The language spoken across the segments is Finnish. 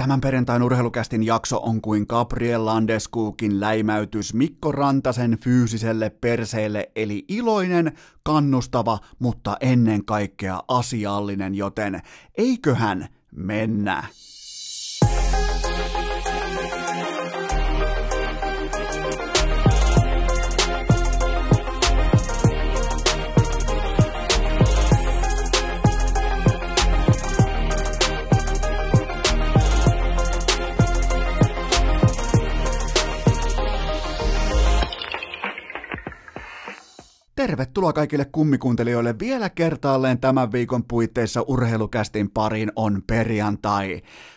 Tämän perjantain urheilukästin jakso on kuin Gabriel Landeskogin läimäytys Mikko Rantasen fyysiselle perseelle, eli iloinen, kannustava, mutta ennen kaikkea asiallinen, joten eiköhän mennä. Tervetuloa kaikille kummikuuntelijoille vielä kertaalleen tämän viikon puitteissa urheilukästin pariin on perjantai.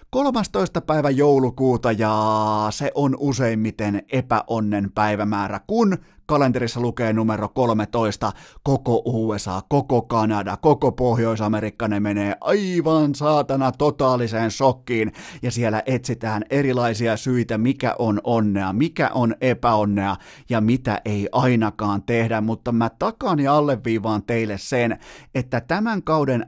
13. päivä joulukuuta ja se on useimmiten epäonnen päivämäärä, kun kalenterissa lukee numero 13, koko USA, koko Kanada, koko Pohjois-Amerikka, ne menee aivan saatana totaaliseen shokkiin ja siellä etsitään erilaisia syitä, mikä on onnea, mikä on epäonnea ja mitä ei ainakaan tehdä, mutta mä takaan ja alleviivaan teille sen, että tämän kauden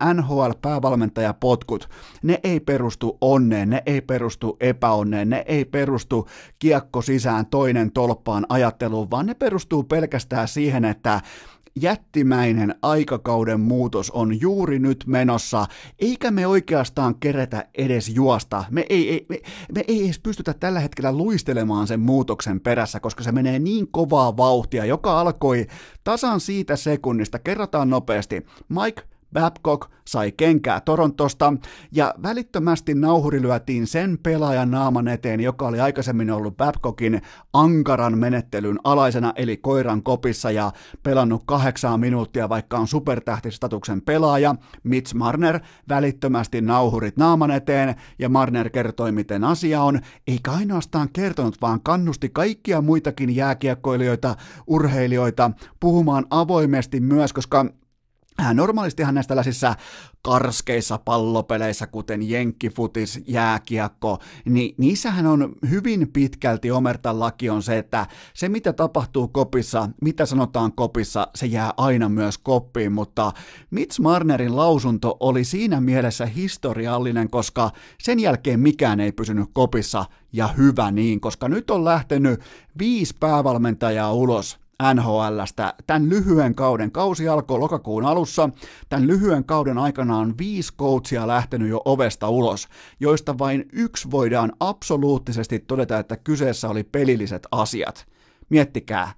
NHL-päävalmentajapotkut, ne ei perustu onneen, ne ei perustu epäonneen, ne ei perustu kiekko sisään toinen tolppaan ajatteluun, vaan ne perustuu pelkästään siihen, että jättimäinen aikakauden muutos on juuri nyt menossa, eikä me oikeastaan keretä edes juosta. Me ei edes pystytä tällä hetkellä luistelemaan sen muutoksen perässä, koska se menee niin kovaa vauhtia, joka alkoi tasan siitä sekunnista. Kerrotaan nopeasti. Mike Babcock sai kenkää Torontosta ja välittömästi nauhuri lyötiin sen pelaajan naaman eteen, joka oli aikaisemmin ollut Babcockin ankaran menettelyn alaisena, eli koiran kopissa ja pelannut 8 minuuttia, vaikka on supertähtistatuksen pelaaja. Mitch Marner välittömästi nauhurit naaman eteen ja Marner kertoi, miten asia on, eikä ainoastaan kertonut, vaan kannusti kaikkia muitakin jääkiekkoilijoita, urheilijoita puhumaan avoimesti myös, koska normaalistihan näissä tällaisissa karskeissa pallopeleissä, kuten jenkkifutis, jääkiekko, niin niissähän on hyvin pitkälti omertan laki on se, että se mitä tapahtuu kopissa, mitä sanotaan kopissa, se jää aina myös koppiin, mutta Mitch Marnerin lausunto oli siinä mielessä historiallinen, koska sen jälkeen mikään ei pysynyt kopissa ja hyvä niin, koska nyt on lähtenyt 5 päävalmentajaa ulos NHL:stä. Tämän lyhyen kauden, kausi alkoi lokakuun alussa, tämän lyhyen kauden aikana on 5 coachia lähtenyt jo ovesta ulos, joista vain 1 voidaan absoluuttisesti todeta, että kyseessä oli pelilliset asiat. Miettikää,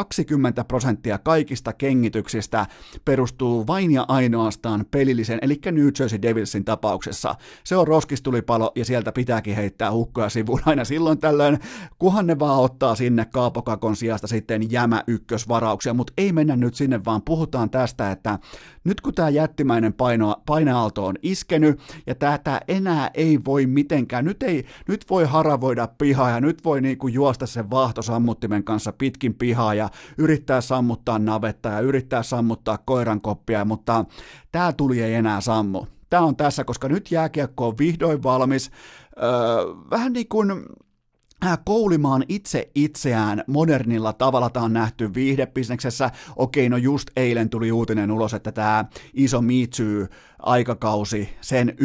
20% kaikista kengityksistä perustuu vain ja ainoastaan pelillisen, eli New Jersey Devilsin tapauksessa. Se on roskistulipalo ja sieltä pitääkin heittää hukkoja sivuun aina silloin tällöin, kunhan ne vaan ottaa sinne kaapokakon sijasta sitten jämä ykkösvarauksia, mutta ei mennä nyt sinne, vaan puhutaan tästä, että nyt kun tämä jättimäinen paineaalto on iskenyt ja tätä enää ei voi mitenkään, nyt voi haravoida pihaa ja nyt voi niinku juosta sen vaahtosammuttimen kanssa pitkin pihaa ja yrittää sammuttaa navetta ja yrittää sammuttaa koirankoppia, mutta tämä tuli ei enää sammu. Tämä on tässä, koska nyt jääkiekko on vihdoin valmis. Vähän niin kuin koulimaan itse itseään modernilla tavalla. Tämä on nähty viihdebisneksessä. Okei, no just eilen tuli uutinen ulos, että tämä iso Me Too-aikakausi, sen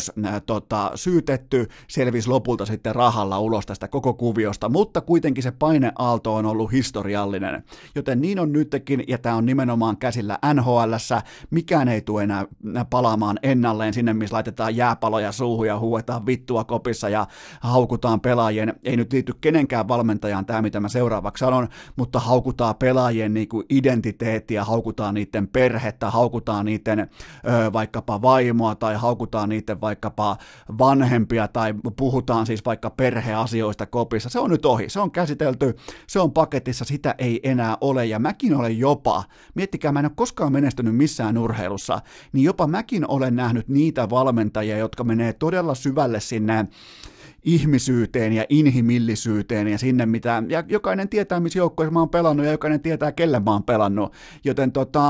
syytetty, selvisi lopulta sitten rahalla ulos tästä koko kuviosta, mutta kuitenkin se paineaalto on ollut historiallinen. Joten niin on nytkin, ja tämä on nimenomaan käsillä NHL:ssä. Mikään ei tule enää palaamaan ennalleen sinne, missä laitetaan jääpaloja suuhun ja huuetaan vittua kopissa ja haukutaan pelaajien, ei nyt liity kenenkään valmentajaan tämä, mitä mä seuraavaksi sanon, mutta haukutaan pelaajien niin kuin identiteettiä, haukutaan niiden perhettä, haukutaan niiden vaikkapa vaimoa tai haukutaan niiden vaikkapa vanhempia tai puhutaan siis vaikka perheasioista kopissa. Se on nyt ohi, se on käsitelty, se on paketissa, sitä ei enää ole ja mäkin olen jopa, miettikää, mä en ole koskaan menestynyt missään urheilussa, niin jopa mäkin olen nähnyt niitä valmentajia, jotka menee todella syvälle sinne ihmisyyteen ja inhimillisyyteen ja sinne mitä, ja jokainen tietää missä joukkoissa mä oon pelannut ja jokainen tietää kelle mä oon pelannut, joten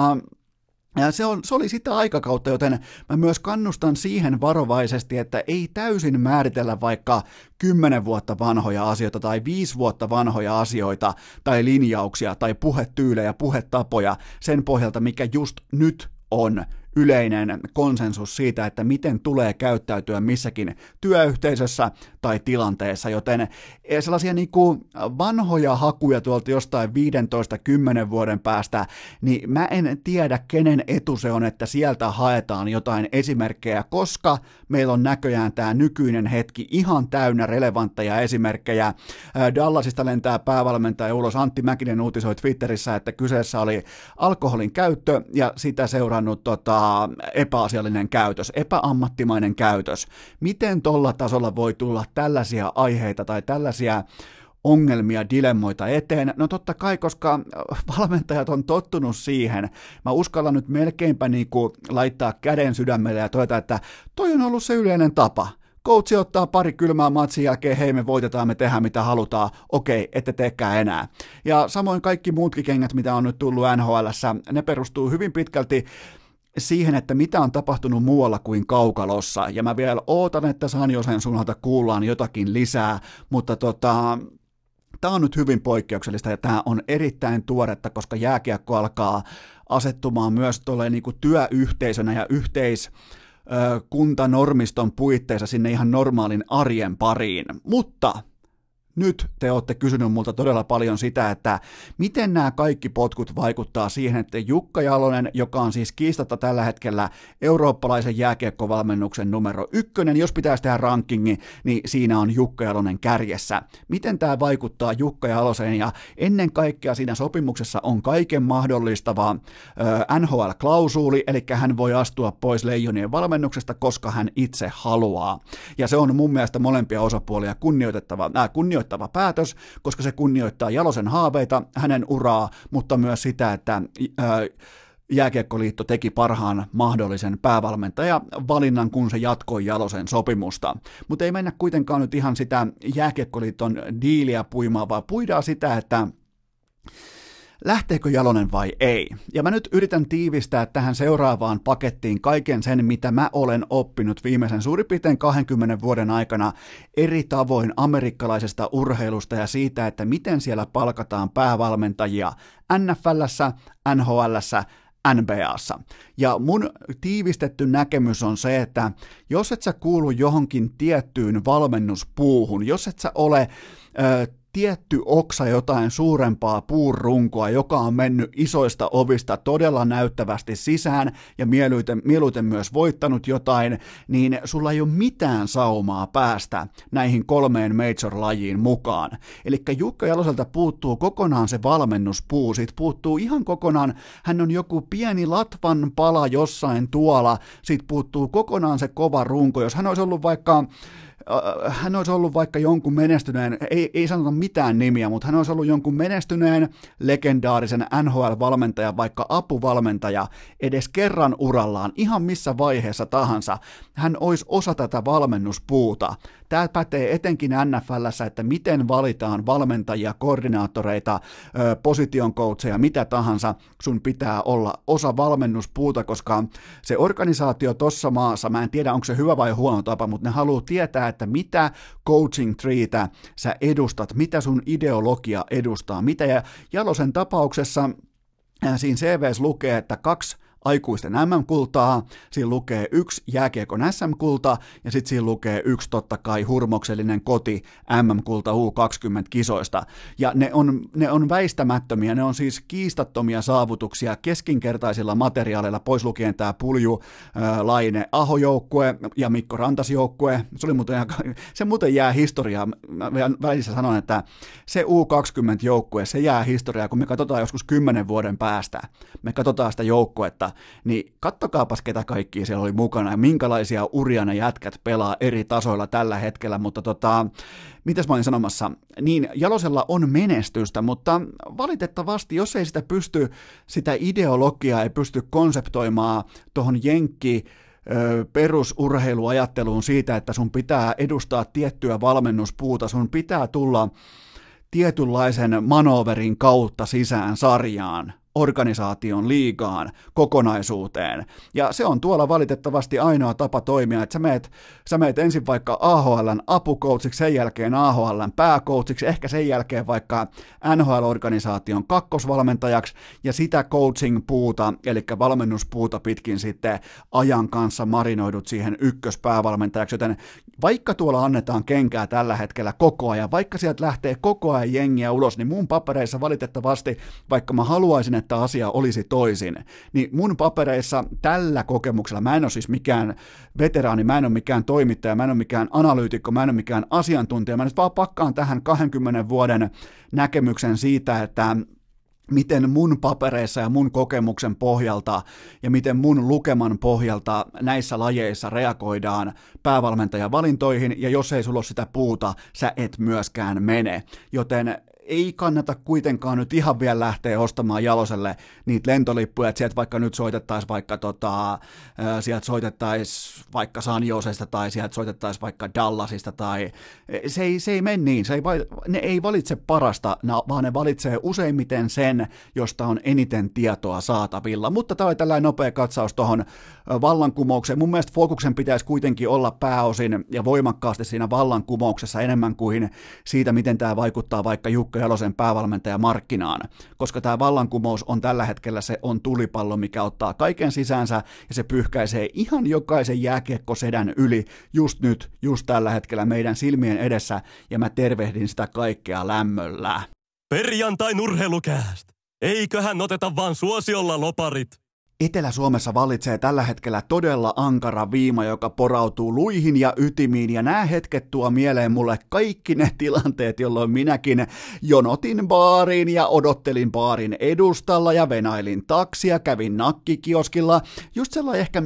ja se oli sitä aikakautta, joten mä myös kannustan siihen varovaisesti, että ei täysin määritellä vaikka 10 vuotta vanhoja asioita tai 5 vuotta vanhoja asioita tai linjauksia tai puhetyylejä, puhetapoja sen pohjalta, mikä just nyt on yleinen konsensus siitä, että miten tulee käyttäytyä missäkin työyhteisössä tai tilanteessa, joten sellaisia niin kuin vanhoja hakuja tuolta jostain 15-10 vuoden päästä, niin mä en tiedä, kenen etu se on, että sieltä haetaan jotain esimerkkejä, koska meillä on näköjään tämä nykyinen hetki ihan täynnä relevantteja esimerkkejä. Dallasista lentää päävalmentaja ulos. Antti Mäkinen uutisoi Twitterissä, että kyseessä oli alkoholin käyttö ja sitä seurannut epäasiallinen käytös, epäammattimainen käytös. Miten tolla tasolla voi tulla tällaisia aiheita tai tällaisia ongelmia, dilemmoita eteen? No totta kai, koska valmentajat on tottunut siihen. Mä uskallan nyt melkeinpä laittaa käden sydämelle ja todeta, että toi on ollut se yleinen tapa. Coachi ottaa pari kylmää matsin jälkeen, hei me voitetaan, me tehdään mitä halutaan, okei, ette teekään enää. Ja samoin kaikki muutkin kengät, mitä on nyt tullut NHL:ssä, ne perustuu hyvin pitkälti siihen, että mitä on tapahtunut muualla kuin kaukalossa. Ja mä vielä ootan, että San Josen suunnalta kuullaan jotakin lisää, mutta tämä on nyt hyvin poikkeuksellista ja tämä on erittäin tuoretta, koska jääkiekko alkaa asettumaan myös työyhteisönä ja kuntanormiston puitteissa sinne ihan normaalin arjen pariin. Mutta nyt te olette kysynyt multa todella paljon sitä, että miten nämä kaikki potkut vaikuttaa siihen, että Jukka Jalonen, joka on siis kiistatta tällä hetkellä eurooppalaisen jääkiekkovalmennuksen numero 1, jos pitäisi tehdä rankingi, niin siinä on Jukka Jalonen kärjessä. Miten tämä vaikuttaa Jukka Jaloseen, ja ennen kaikkea siinä sopimuksessa on kaiken mahdollistava NHL-klausuuli, eli hän voi astua pois Leijonien valmennuksesta, koska hän itse haluaa. Ja se on mun mielestä molempia osapuolia kunnioitettava päätös, koska se kunnioittaa Jalosen haaveita, hänen uraa, mutta myös sitä, että Jääkiekkoliitto teki parhaan mahdollisen päävalmentajavalinnan, kun se jatkoi Jalosen sopimusta. Mutta ei mennä kuitenkaan nyt ihan sitä Jääkiekkoliiton diiliä puimaan, vaan puidaan sitä, että lähteekö Jalonen vai ei? Ja mä nyt yritän tiivistää tähän seuraavaan pakettiin kaiken sen, mitä mä olen oppinut viimeisen suurin piirtein 20 vuoden aikana eri tavoin amerikkalaisesta urheilusta ja siitä, että miten siellä palkataan päävalmentajia NFL:ssä, NHL:ssä, NBA:ssa. Ja mun tiivistetty näkemys on se, että jos et sä kuulu johonkin tiettyyn valmennuspuuhun, jos et sä ole tietty oksa jotain suurempaa puurunkoa, joka on mennyt isoista ovista todella näyttävästi sisään ja mieluiten myös voittanut jotain, niin sulla ei ole mitään saumaa päästä näihin 3 major-lajiin mukaan. Eli Jukka Jaloselta puuttuu kokonaan se valmennuspuu, siitä puuttuu ihan kokonaan, hän on joku pieni latvan pala jossain tuolla, siitä puuttuu kokonaan se kova runko, jos hän olisi ollut vaikka jonkun menestyneen, ei sanota mitään nimiä, mutta hän olisi ollut jonkun menestyneen, legendaarisen NHL-valmentajan, vaikka apuvalmentaja, edes kerran urallaan, ihan missä vaiheessa tahansa, hän olisi osa tätä valmennuspuuta. Tämä pätee etenkin NFL:ssä, että miten valitaan valmentajia, koordinaattoreita, position coacheja, mitä tahansa, sun pitää olla osa valmennuspuuta, koska se organisaatio tuossa maassa, mä en tiedä onko se hyvä vai huono tapa, mutta ne haluaa tietää, että mitä coaching treetä sä edustat, mitä sun ideologia edustaa, mitä, ja Jalosen tapauksessa siinä CV:ssä lukee, että 2 aikuisten MM-kultaa, siinä lukee 1 jääkiekon SM-kulta ja sitten siinä lukee 1 totta kai hurmoksellinen koti MM-kulta U20-kisoista. Ja ne on väistämättömiä, ne on siis kiistattomia saavutuksia keskinkertaisilla materiaaleilla, pois lukien tämä Pulju, Laine, Aho-joukkue ja Mikko Rantas-joukkue. Se muuten jää historiaan. Mä välissä sanon, että se U20-joukkue, se jää historiaan, kun me katsotaan joskus 10 vuoden päästä. Me katsotaan sitä joukkuetta, niin kattokaapas ketä kaikkia siellä oli mukana ja minkälaisia uria ne jätkät pelaa eri tasoilla tällä hetkellä, mutta mitäs mä olin sanomassa, niin Jalosella on menestystä, mutta valitettavasti, jos ei sitä ideologiaa ei pysty konseptoimaan tuohon perusurheiluajatteluun siitä, että sun pitää edustaa tiettyä valmennuspuuta, sun pitää tulla tietynlaisen manoverin kautta sisään sarjaan, organisaation, liigaan, kokonaisuuteen. Ja se on tuolla valitettavasti ainoa tapa toimia, että sä meet ensin vaikka AHL:n apukoutsiksi, sen jälkeen AHL:n pääkoutsiksi, ehkä sen jälkeen vaikka NHL-organisaation kakkosvalmentajaksi, ja sitä coaching-puuta, eli valmennuspuuta pitkin sitten ajan kanssa marinoidut siihen ykköspäävalmentajaksi, joten vaikka tuolla annetaan kenkää tällä hetkellä koko ajan, vaikka sieltä lähtee koko ajan jengiä ulos, niin mun papereissa valitettavasti, vaikka mä haluaisin, että asia olisi toisin, niin mun papereissa tällä kokemuksella, mä en ole siis mikään veteraani, mä en ole mikään toimittaja, mä en ole mikään analyytikko, mä en ole mikään asiantuntija, mä nyt vaan pakkaan tähän 20 vuoden näkemyksen siitä, että miten mun papereissa ja mun kokemuksen pohjalta ja miten mun lukeman pohjalta näissä lajeissa reagoidaan päävalmentajan valintoihin, ja jos ei sulla ole sitä puuta, sä et myöskään mene. Joten ei kannata kuitenkaan nyt ihan vielä lähteä ostamaan Jaloselle niitä lentolippuja, että sieltä vaikka nyt soitettaisiin sieltä soitettaisiin vaikka San Josesta tai sieltä soitettaisiin vaikka Dallasista tai se ei mene niin, ne ei valitse parasta, vaan ne valitsee useimmiten sen, josta on eniten tietoa saatavilla. Mutta tämä oli tällainen nopea katsaus tuohon vallankumoukseen. Mun mielestä fokuksen pitäisi kuitenkin olla pääosin ja voimakkaasti siinä vallankumouksessa enemmän kuin siitä, miten tämä vaikuttaa vaikka Jukka Jalosen päävalmentajamarkkinaan, koska tämä vallankumous on tällä hetkellä, se on tulipallo, mikä ottaa kaiken sisäänsä ja se pyyhkäisee ihan jokaisen jääkiekkosedän yli just nyt, just tällä hetkellä meidän silmien edessä, ja mä tervehdin sitä kaikkea lämmöllä. Perjantain urheilukääst! Eiköhän oteta vaan suosiolla loparit! Etelä-Suomessa vallitsee tällä hetkellä todella ankara viima, joka porautuu luihin ja ytimiin, ja nämä hetket tuo mieleen mulle kaikki ne tilanteet, jolloin minäkin jonotin baariin ja odottelin baarin edustalla ja venailin taksia, kävin nakkikioskilla, just sellainen ehkä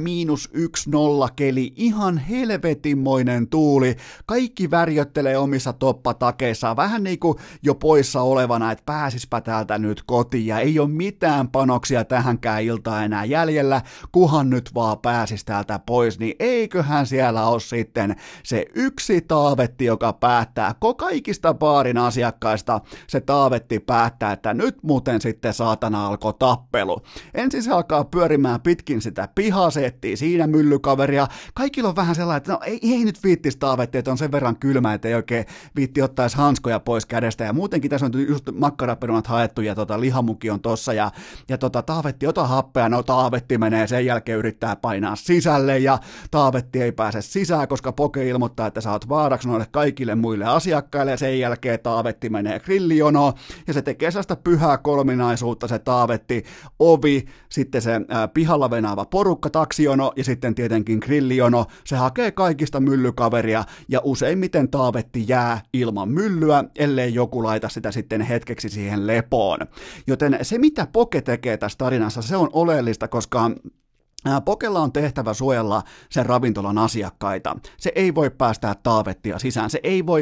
-1-0 keli, ihan helvetinmoinen tuuli, kaikki värjöttelee omissa toppatakeissaan, vähän niin kuin jo poissa olevana, että pääsispä täältä nyt kotiin, ja ei ole mitään panoksia tähänkään iltaan enää jäljellä, kuhan nyt vaan pääsis täältä pois, niin eiköhän siellä ole sitten se yksi Taavetti, joka päättää kaikista baarin asiakkaista, se Taavetti päättää, että nyt muuten sitten saatana alkoi tappelu. Ensin se alkaa pyörimään pitkin sitä pihaa, se etsii siinä myllykaveria, kaikilla on vähän sellainen, että no ei nyt viittis Taavetti, että on sen verran kylmä, että ei oikein viitti ottaisi hanskoja pois kädestä, ja muutenkin tässä on just makkaraperunat haettu, ja lihamuki on tossa, ja Taavetti, ota happea, no Taavetti menee, sen jälkeen yrittää painaa sisälle, ja Taavetti ei pääse sisään, koska Poke ilmoittaa, että sä oot vaaraksi noille kaikille muille asiakkaille, ja sen jälkeen Taavetti menee grillijonoon, ja se tekee sellaista pyhää kolminaisuutta, se Taavetti, ovi, sitten se pihalla venaava porukka, taksijono, ja sitten tietenkin grillijono, se hakee kaikista myllykaveria, ja useimmiten Taavetti jää ilman myllyä, ellei joku laita sitä sitten hetkeksi siihen lepoon. Joten se, mitä Poke tekee tässä tarinassa, se on oleellista, koska Pokella on tehtävä suojella sen ravintolan asiakkaita. Se ei voi päästää Taavettia sisään.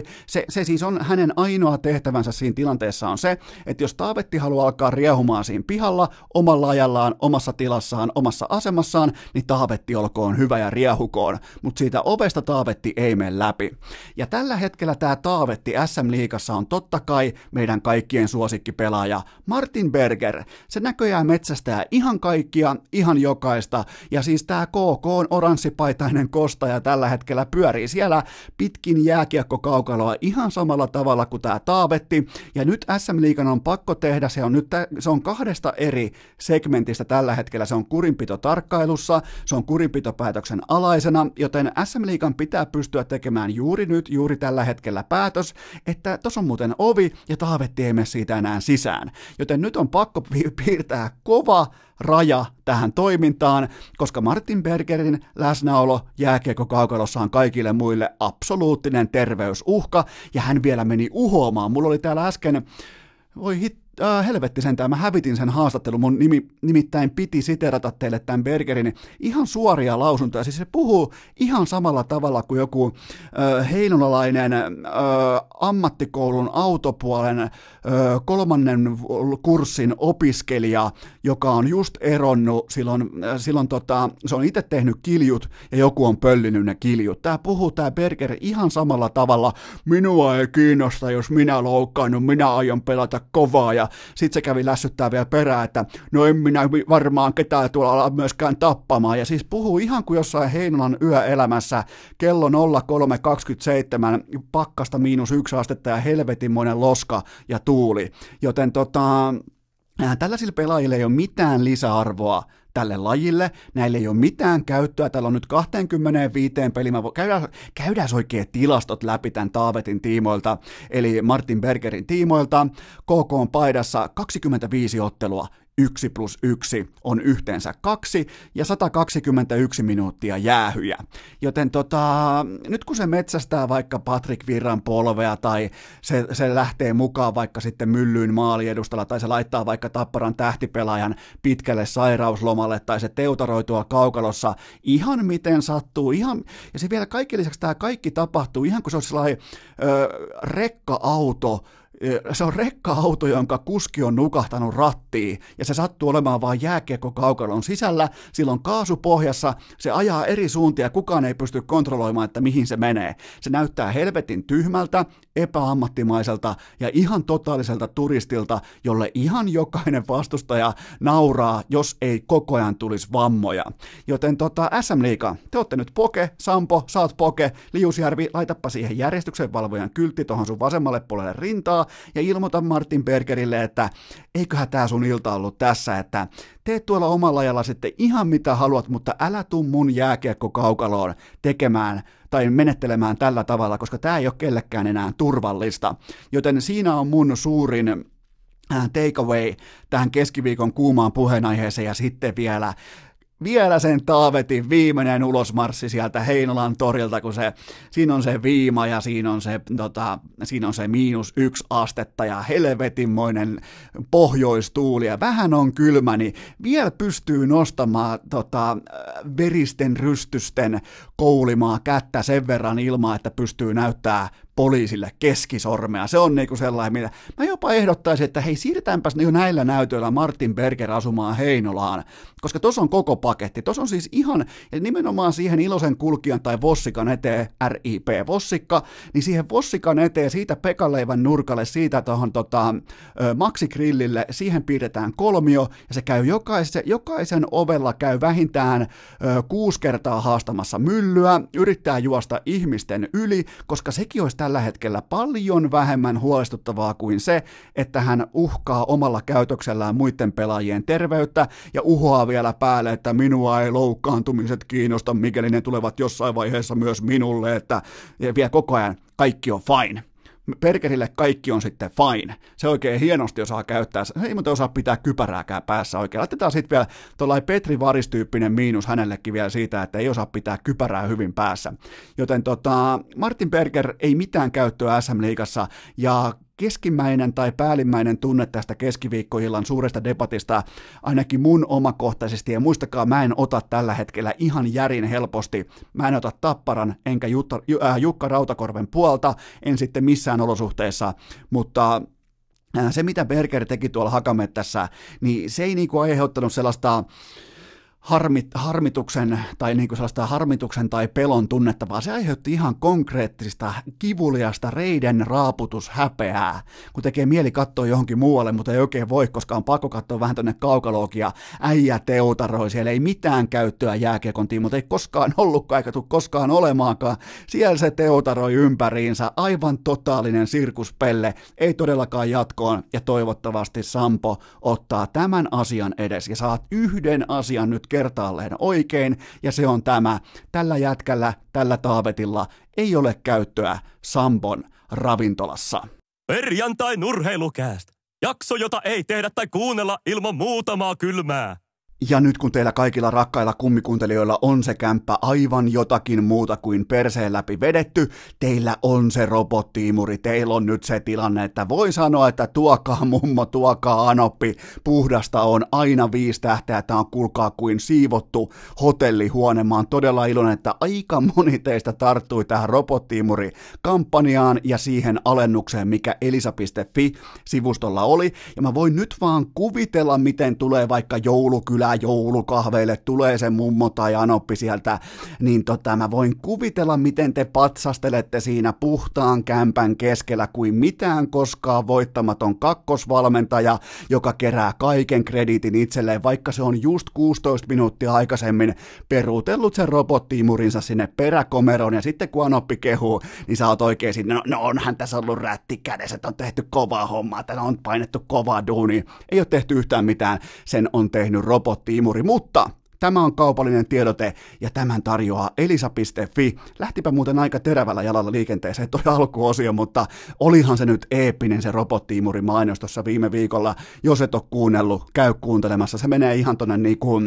Se siis on hänen ainoa tehtävänsä siinä tilanteessa on se, että jos Taavetti haluaa alkaa riehumaan siinä pihalla, omalla ajallaan, omassa tilassaan, omassa asemassaan, niin Taavetti olkoon hyvä ja riehukoon. Mutta siitä ovesta Taavetti ei mene läpi. Ja tällä hetkellä tämä Taavetti SM-liigassa on totta kai meidän kaikkien suosikkipelaaja Martin Berger. Se näköjään metsästää ihan kaikkia, ihan jokaista. Ja siis tämä KK on oranssipaitainen kostaja tällä hetkellä pyörii siellä pitkin jääkiekkokaukaloa ihan samalla tavalla kuin tämä Taavetti. Ja nyt SM-liigan on pakko tehdä, se on kahdesta eri segmentistä tällä hetkellä. Se on kurinpitotarkkailussa, se on kurinpitopäätöksen alaisena, joten SM-liigan pitää pystyä tekemään juuri nyt, juuri tällä hetkellä päätös, että tuossa on muuten ovi ja Taavetti ei mene siitä enää sisään. Joten nyt on pakko piirtää kova raja tähän toimintaan, koska Martin Bergerin läsnäolo jääkiekkokaukalossa on kaikille muille absoluuttinen terveysuhka, ja hän vielä meni uhoamaan. Mulla oli täällä äsken, helvetti sentään, mä hävitin sen haastattelun, mun nimittäin piti siterata teille tämän Bergerin ihan suoria lausuntoja, siis se puhuu ihan samalla tavalla kuin joku heinolalainen ammattikoulun autopuolen 3. kurssin opiskelija, joka on just eronnut, silloin se on itse tehnyt kiljut ja joku on pöllinyt ne kiljut. Tää Berger ihan samalla tavalla, minua ei kiinnosta, jos minä loukkaannut, minä aion pelata kovaa ja ja sit se kävi lässyttää vielä perään, että no en minä varmaan ketään tuolla ala myöskään tappamaan, ja siis puhuu ihan kuin jossain Heinolan yöelämässä, kello 03.27, pakkasta -1 astetta ja helvetinmoinen loska ja tuuli, joten tällaisilla pelaajilla ei ole mitään lisäarvoa tälle lajille, näille ei ole mitään käyttöä, täällä on nyt 25 peliä, käydään oikein tilastot läpi tämän Taavetin tiimoilta, eli Martin Bergerin tiimoilta, KK on paidassa 25 ottelua, 1+1 on yhteensä 2 ja 121 minuuttia jäähyjä. Joten nyt kun se metsästää vaikka Patrick Virran polvea tai se lähtee mukaan vaikka sitten Myllyyn maaliedustalla tai se laittaa vaikka Tapparan tähtipelaajan pitkälle sairauslomalle tai se teutaroitua kaukalossa ihan miten sattuu, ja se vielä kaikki lisäksi tämä kaikki tapahtuu ihan kuin se olisi sellainen rekka-auto. Se on rekka-auto, jonka kuski on nukahtanut rattiin, ja se sattuu olemaan vain jääkiekkokaukalon sisällä, silloin kaasu pohjassa, se ajaa eri suuntia, ja kukaan ei pysty kontrolloimaan, että mihin se menee. Se näyttää helvetin tyhmältä, epäammattimaiselta ja ihan totaaliselta turistilta, jolle ihan jokainen vastustaja nauraa, jos ei koko ajan tulisi vammoja. Joten SM-liiga, te olette nyt Poke, Sampo, sä oot Poke, Liusjärvi, laitappa siihen järjestyksenvalvojan kyltti tuohon sun vasemmalle puolelle rintaa, ja ilmoita Martin Bergerille, että eiköhän tää sun ilta ollut tässä, että teet tuolla omalla ajalla sitten ihan mitä haluat, mutta älä tuu mun jääkiekkokaukaloon tekemään tai menettelemään tällä tavalla, koska tää ei ole kellekään enää turvallista. Joten siinä on mun suurin takeaway tähän keskiviikon kuumaan puheenaiheeseen, ja sitten vielä sen Taavetin viimeinen ulosmarssi sieltä Heinolan torilta, kun siinä on se viima ja siinä on se -1 astetta ja helvetinmoinen pohjoistuuli ja vähän on kylmä, niin vielä pystyy nostamaan veristen rystysten koulimaa kättä sen verran ilmaa, että pystyy näyttää poliisille keskisormea. Se on niinku sellainen, mitä mä jopa ehdottaisin, että hei, siirretäänpäs jo näillä näytöillä Martin Berger asumaan Heinolaan, koska tuossa on koko paketti. Tuossa on siis ihan, ja nimenomaan siihen iloisen kulkijan tai Vossikan eteen, RIP Vossikka, niin siihen Vossikan eteen, siitä Pekanleivän nurkalle, siitä tuohon Maxi Grillille, siihen piirretään kolmio, ja se käy jokaisen ovella käy vähintään 6 kertaa haastamassa myllyä, yrittää juosta ihmisten yli, koska sekin olisi tällä hetkellä paljon vähemmän huolestuttavaa kuin se, että hän uhkaa omalla käytöksellään muiden pelaajien terveyttä ja uhoaa vielä päälle, että minua ei loukkaantumiset kiinnosta, mikäli ne tulevat jossain vaiheessa myös minulle, että vielä koko ajan kaikki on fine. Bergerille kaikki on sitten fine. Se oikein hienosti osaa käyttää. Se ei muuten osaa pitää kypärääkään päässä oikein. Laitetaan sitten vielä tuollainen Petri Varis-tyyppinen miinus hänellekin vielä siitä, että ei osaa pitää kypärää hyvin päässä. Joten Martin Berger ei mitään käyttöä SM-liigassa, ja keskimmäinen tai päällimmäinen tunne tästä keskiviikkoillan suuresta debatista, ainakin mun omakohtaisesti, ja muistakaa, mä en ota tällä hetkellä ihan järin helposti, mä en ota Tapparan enkä Jukka Rautakorven puolta, en sitten missään olosuhteessa, mutta se mitä Berger teki tuolla Hakamettässä, niin se ei niinku aiheuttanut sellaista harmituksen tai niinku sellaista harmituksen tai pelon tunnetta, vaan se aiheutti ihan konkreettista kivuliasta reiden raaputushäpeää, kun tekee mieli katsoa johonkin muualle, mutta ei oikein voi, koska on pakko katsoa vähän tonne kaukalogia, äijä teutaroi, siellä ei mitään käyttöä jääkiekon tiimolta, ei koskaan ollutkaan eikä tule koskaan olemaankaan, siellä se teutaroi ympäriinsä, aivan totaalinen sirkuspelle, ei todellakaan jatkoon, ja toivottavasti Sampo ottaa tämän asian edes, ja saat yhden asian nyt kertaalleen oikein, ja se on tämä. Tällä jätkällä, tällä Taavetilla ei ole käyttöä Sampon ravintolassa. Perjantai Nurheilukääst. Jakso, jota ei tehdä tai kuunnella ilman muutamaa kylmää. Ja nyt kun teillä kaikilla rakkailla kummikuuntelijoilla on se kämppä aivan jotakin muuta kuin perseen läpi vedetty, teillä on se robottiimuri, teillä on nyt se tilanne, että voi sanoa, että tuokaa mummo, tuokaa anoppi, puhdasta on aina 5 tähteä, tämä on kuulkaa kuin siivottu hotellihuone. Mä oon todella iloinen, että aika moni teistä tarttui tähän robottiimuri-kampanjaan ja siihen alennukseen, mikä elisa.fi-sivustolla oli, ja mä voin nyt vaan kuvitella, miten tulee vaikka joulukylä kylään joulukahveille, tulee se mummo tai anoppi sieltä, niin mä voin kuvitella, miten te patsastelette siinä puhtaan kämpän keskellä kuin mitään koskaan voittamaton kakkosvalmentaja, joka kerää kaiken krediitin itselleen, vaikka se on just 16 minuuttia aikaisemmin peruutellut sen robottiimurinsa sinne peräkomeroon, ja sitten kun anoppi kehuu, niin sä oot oikein siinä, no onhan tässä ollut rätti kädessä, että on tehty kovaa hommaa, tässä on painettu kovaa duunia, ei ole tehty yhtään mitään, sen on tehnyt robottiimuri, mutta tämä on kaupallinen tiedote ja tämän tarjoaa elisa.fi. Lähtipä muuten aika terävällä jalalla liikenteeseen toi alkuosio, mutta olihan se nyt eeppinen se robottiimurin mainos tuossa viime viikolla. Jos et ole kuunnellut, käy kuuntelemassa. Se menee ihan tonne niinku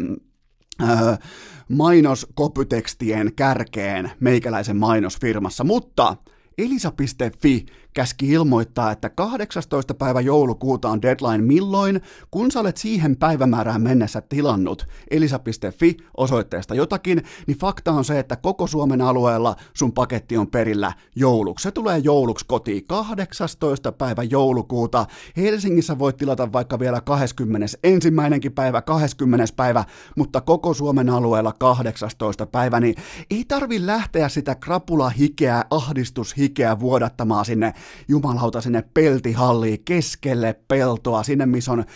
mainoskopytekstien kärkeen meikäläisen mainosfirmassa, mutta elisa.fi käski ilmoittaa, että 18. päivä joulukuuta on deadline milloin, kun sä olet siihen päivämäärään mennessä tilannut elisa.fi osoitteesta jotakin, niin fakta on se, että koko Suomen alueella sun paketti on perillä jouluksi. Se tulee jouluksi kotiin 18. päivä joulukuuta. Helsingissä voit tilata vaikka vielä 21. päivä, 20. päivä, mutta koko Suomen alueella 18. päivä, niin ei tarvi lähteä sitä krapulahikeä, ahdistushikeä vuodattamaan sinne jumalauta sinne peltihalliin keskelle peltoa, sinne missä on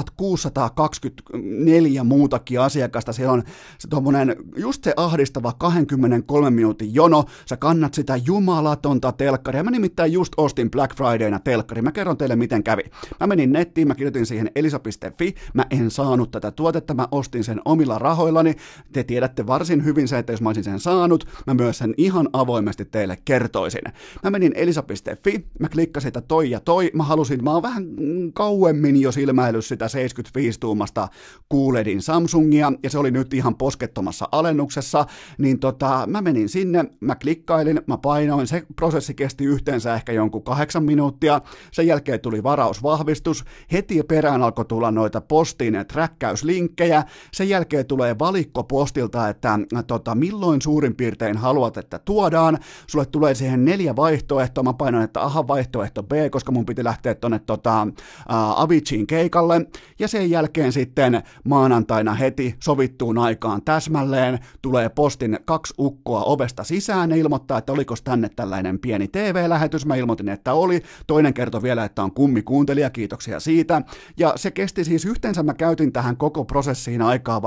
1624 muutakin asiakasta, se on se tommonen, just se ahdistava 23 minuutin jono, sä kannat sitä jumalatonta telkkaria, mä nimittäin just ostin Black Fridayna telkkari, mä kerron teille miten kävi. Mä menin nettiin, mä kirjoitin siihen elisa.fi, mä en saanut tätä tuotetta, mä ostin sen omilla rahoillani, te tiedätte varsin hyvin se, että jos mä olisin sen saanut, mä myös sen ihan avoimesti teille kertoisin. Mä menin elisa.fi, mä klikkasin, että toi ja toi, mä oon vähän kauemmin jo silmäillyt sitä 75-tuumasta QLEDin Samsungia, ja se oli nyt ihan poskettomassa alennuksessa, niin mä menin sinne, mä klikkailin, mä painoin, se prosessi kesti yhteensä ehkä jonkun 8 minuuttia, sen jälkeen tuli varausvahvistus, heti perään alkoi tulla noita postin träkkäyslinkkejä, sen jälkeen tulee valikko postilta, että milloin suurin piirtein haluat, että tuodaan, sulle tulee siihen 4 vaihtoehtoa, mä painoin, että vaihtoehto B, koska mun piti lähteä tonne Aviciin keikalle, ja sen jälkeen sitten maanantaina heti sovittuun aikaan täsmälleen tulee postin 2 ukkoa ovesta sisään, ne ilmoittaa, että oliko tänne tällainen pieni TV-lähetys, mä ilmoitin, että oli, toinen kertoi vielä, että on kummikuuntelija, kiitoksia siitä, ja se kesti siis yhteensä, mä käytin tähän koko prosessiin aikaa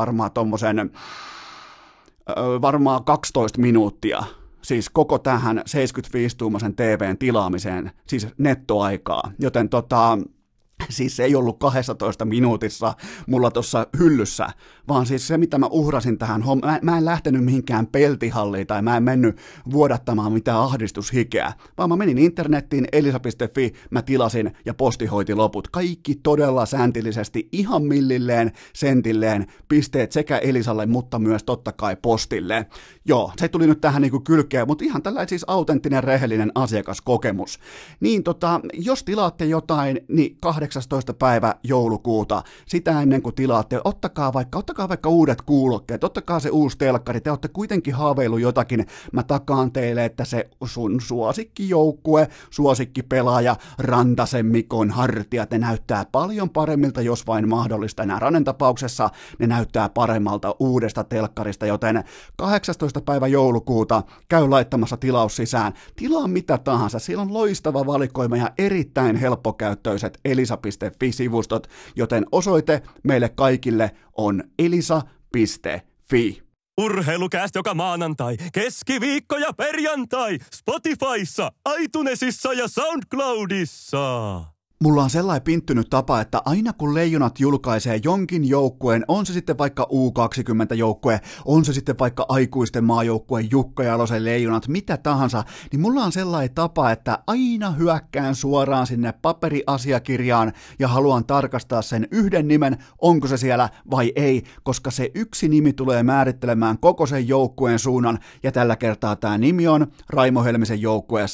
varmaan 12 minuuttia, siis koko tähän 75-tuumaisen TVn tilaamiseen, siis nettoaikaa, joten siis se ei ollut 12 minuutissa mulla tuossa hyllyssä, vaan siis se, mitä mä uhrasin tähän mä en lähtenyt mihinkään peltihalliin tai mä en mennyt vuodattamaan mitään ahdistushikeä, vaan mä menin internettiin, elisa.fi, mä tilasin ja posti hoiti loput. Kaikki todella sääntillisesti, ihan millilleen, sentilleen, pisteet sekä Elisalle, mutta myös totta kai postille. Joo, se tuli nyt tähän niinku kylkeen, mutta ihan tällainen siis autenttinen, rehellinen asiakaskokemus. Niin jos tilaatte jotain, niin 18. päivä joulukuuta, sitä ennen kuin tilaatte, ottakaa vaikka uudet kuulokkeet, ottakaa se uusi telkkari, te olette kuitenkin haaveillut jotakin, mä takaan teille, että se sun suosikkijoukkue, suosikkipelaaja, Rantasen Mikon hartiat, ne näyttää paljon paremmilta, jos vain mahdollista. Enää Ranen tapauksessa ne näyttää paremmalta uudesta telkkarista, joten 18. päivä joulukuuta käy laittamassa tilaus sisään. Tilaa mitä tahansa, siellä on loistava valikoima ja erittäin helppokäyttöiset elisa.fi-sivustot, joten osoite meille kaikille on elisa.fi. Urheilukääst joka maanantai, keskiviikko ja perjantai, Spotifyssa, iTunesissa ja SoundCloudissa. Mulla on sellainen pinttynyt tapa, että aina kun Leijonat julkaisee jonkin joukkueen, on se sitten vaikka U20-joukkue, on se sitten vaikka aikuisten maajoukkue, Jukka Jalosen Leijonat, mitä tahansa, niin mulla on sellainen tapa, että aina hyökkään suoraan sinne paperiasiakirjaan ja haluan tarkastaa sen yhden nimen, onko se siellä vai ei, koska se yksi nimi tulee määrittelemään koko sen joukkueen suunnan, ja tällä kertaa tämä nimi on Raimo Helmisen joukkueessa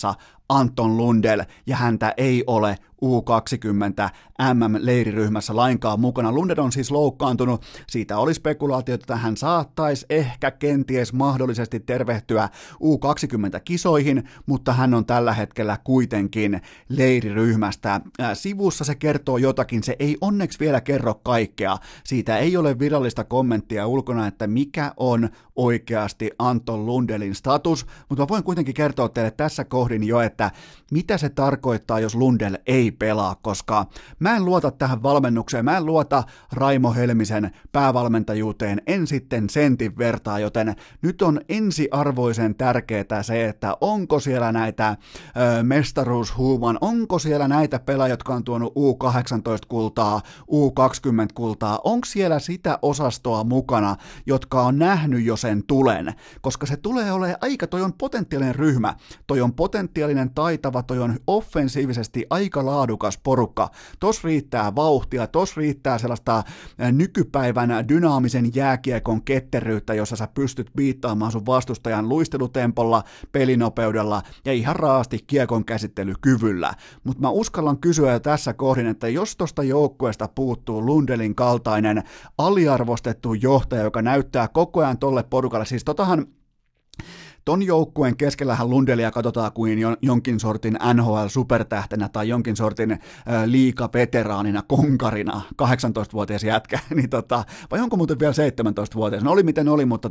Anton Lundell, ja häntä ei ole U20 MM-leiriryhmässä lainkaan mukana. Lundell on siis loukkaantunut, siitä oli spekulaatiota, että hän saattaisi ehkä kenties mahdollisesti tervehtyä U20-kisoihin, mutta hän on tällä hetkellä kuitenkin leiriryhmästä. Sivussa se kertoo jotakin, se ei onneksi vielä kerro kaikkea, siitä ei ole virallista kommenttia ulkona, että mikä on oikeasti Anton Lundellin status, mutta mä voin kuitenkin kertoa teille tässä kohdin jo, että mitä se tarkoittaa, jos Lundell ei pelaa, koska mä en luota tähän valmennukseen, mä en luota Raimo Helmisen päävalmentajuuteen, en sitten sentin vertaa, joten nyt on ensiarvoisen tärkeää se, että onko siellä näitä mestaruushuuman, onko siellä näitä pelaajia, jotka on tuonut U18-kultaa, U20-kultaa, onko siellä sitä osastoa mukana, jotka on nähnyt jo sen tulen, koska se tulee olemaan toi on potentiaalinen ryhmä, toi on potentiaalinen taitava, toi on offensiivisesti aika laadukas porukka, tos riittää vauhtia, tos riittää sellaista nykypäivän dynaamisen jääkiekon ketteryyttä, jossa sä pystyt viittaamaan sun vastustajan luistelutempolla, pelinopeudella ja ihan raasti kiekon käsittelykyvyllä, mutta mä uskallan kysyä jo tässä kohdin, että jos tosta joukkueesta puuttuu Lundellin kaltainen aliarvostettu johtaja, joka näyttää koko ajan tolle porukalle, siis ton joukkueen keskellähän Lundellia katsotaan kuin jonkin sortin NHL-supertähtenä tai jonkin sortin liiga-veteraanina, konkarina, 18-vuotias jätkä, niin vai onko muuten vielä 17-vuotias? No oli miten oli, mutta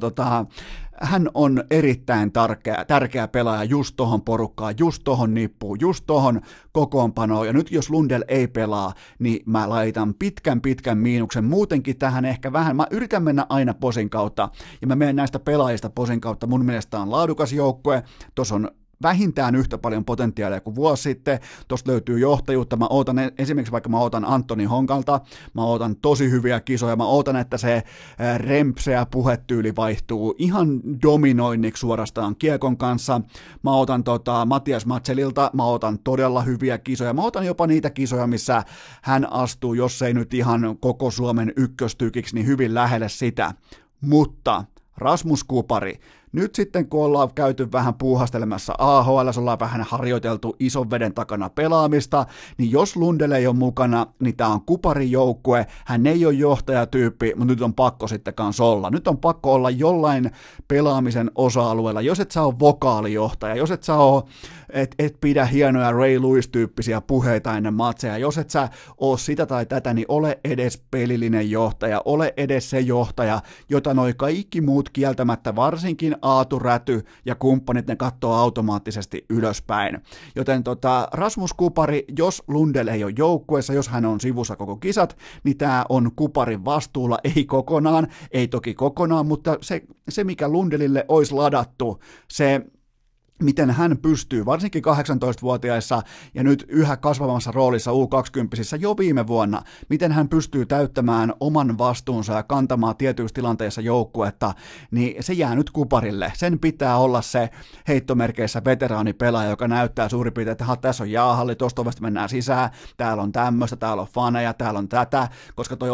hän on erittäin tärkeä pelaaja just tohon porukkaan, just tohon nippuun, just tohon kokoonpanoon, ja nyt jos Lundell ei pelaa, niin mä laitan pitkän miinuksen muutenkin tähän ehkä vähän, mä yritän mennä aina posin kautta, ja mä menen näistä pelaajista posin kautta, mun mielestä on laadukas joukkue, tuossa on vähintään yhtä paljon potentiaalia kuin vuosi sitten, tuosta löytyy johtajuutta, mä ootan esimerkiksi vaikka mä ootan Antoni Honkalta, mä ootan tosi hyviä kisoja, mä ootan, että se rempseä puhetyyli vaihtuu ihan dominoinniksi suorastaan kiekon kanssa, mä ootan Matias Matselilta, mä ootan todella hyviä kisoja, mä ootan jopa niitä kisoja, missä hän astuu, jos ei nyt ihan koko Suomen ykköstykiksi, niin hyvin lähelle sitä, mutta Rasmus Kupari, nyt sitten kun ollaan käyty vähän puuhastelemassa AHL, ollaan vähän harjoiteltu ison veden takana pelaamista, niin jos Lundell ei ole mukana, niin tämä on Kuparin joukkue, hän ei ole johtajatyyppi, mutta nyt on pakko sitten kanssa olla. Nyt on pakko olla jollain pelaamisen osa-alueella, jos et sä ole vokaalijohtaja, jos et sä ole, et pidä hienoja Ray Lewis-tyyppisiä puheita ennen matseja, jos et sä ole sitä tai tätä, niin ole edes pelillinen johtaja, ole edes se johtaja, jota noi kaikki muut kieltämättä, varsinkin Aatu Räty ja kumppanit, ne katsoo automaattisesti ylöspäin. Joten Rasmus Kupari, jos Lundell ei ole joukkueessa, jos hän on sivussa koko kisat, niin tämä on Kuparin vastuulla, ei kokonaan, ei toki kokonaan, mutta se mikä Lundellille olisi ladattu, se miten hän pystyy, varsinkin 18-vuotiaissa ja nyt yhä kasvavassa roolissa U20 jo viime vuonna, miten hän pystyy täyttämään oman vastuunsa ja kantamaan tietyissä tilanteissa joukkuetta, niin se jää nyt Kuparille. Sen pitää olla se heittomerkeissä veteraanipelaaja, joka näyttää suurin piirtein, että tässä on jäähalli, tuosta ovesta mennään sisään, täällä on tämmöistä, täällä on faneja, täällä on tätä, koska toi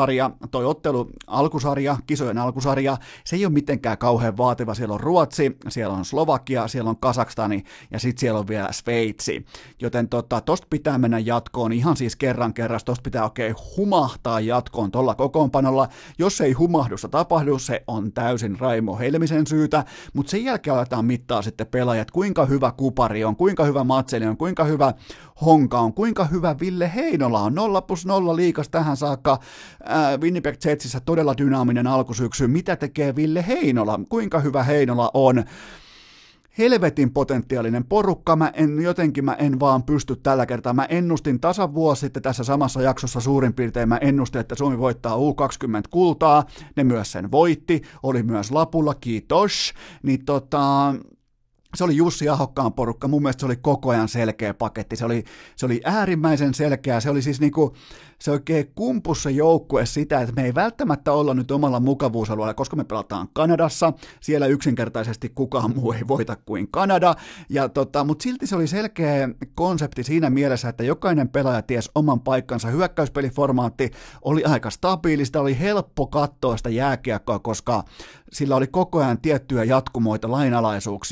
alkusarja, kisojen alkusarja, se ei ole mitenkään kauhean vaativa. Siellä on Ruotsi, siellä on Slovakia, siellä on Kazakstani ja sitten siellä on vielä Sveitsi, joten tosta pitää mennä jatkoon ihan siis kerran, tosta pitää oikein humahtaa jatkoon tuolla kokoonpanolla, jos ei humahdusta tapahdu, se on täysin Raimo Helmisen syytä, mutta sen jälkeen aletaan mittaa sitten pelaajat, kuinka hyvä Kupari on, kuinka hyvä Matseli on, kuinka hyvä Honka on, kuinka hyvä Ville Heinola on, 0+0 liigas tähän saakka, Winnipeg Jetsissä todella dynaaminen alkusyksy, mitä tekee Ville Heinola, kuinka hyvä Heinola on, helvetin potentiaalinen porukka, mä en vaan pysty tällä kertaa, mä ennustin tasan vuosi sitten tässä samassa jaksossa suurin piirtein, mä ennustin, että Suomi voittaa U20-kultaa, ne myös sen voitti, oli myös lapulla, kiitos, niin se oli Jussi Ahokkaan porukka, mun mielestä se oli koko ajan selkeä paketti, se oli äärimmäisen selkeä, se oli siis niinku, se oikein kumpus se joukkue sitä, että me ei välttämättä olla nyt omalla mukavuusalueella, koska me pelataan Kanadassa, siellä yksinkertaisesti kukaan muu ei voita kuin Kanada, mutta silti se oli selkeä konsepti siinä mielessä, että jokainen pelaaja ties oman paikkansa, hyökkäyspeliformaatti oli aika stabiili, sitä oli helppo katsoa sitä jääkiekkoa, koska sillä oli koko ajan tiettyjä jatkumoita, lainalaisuuksia.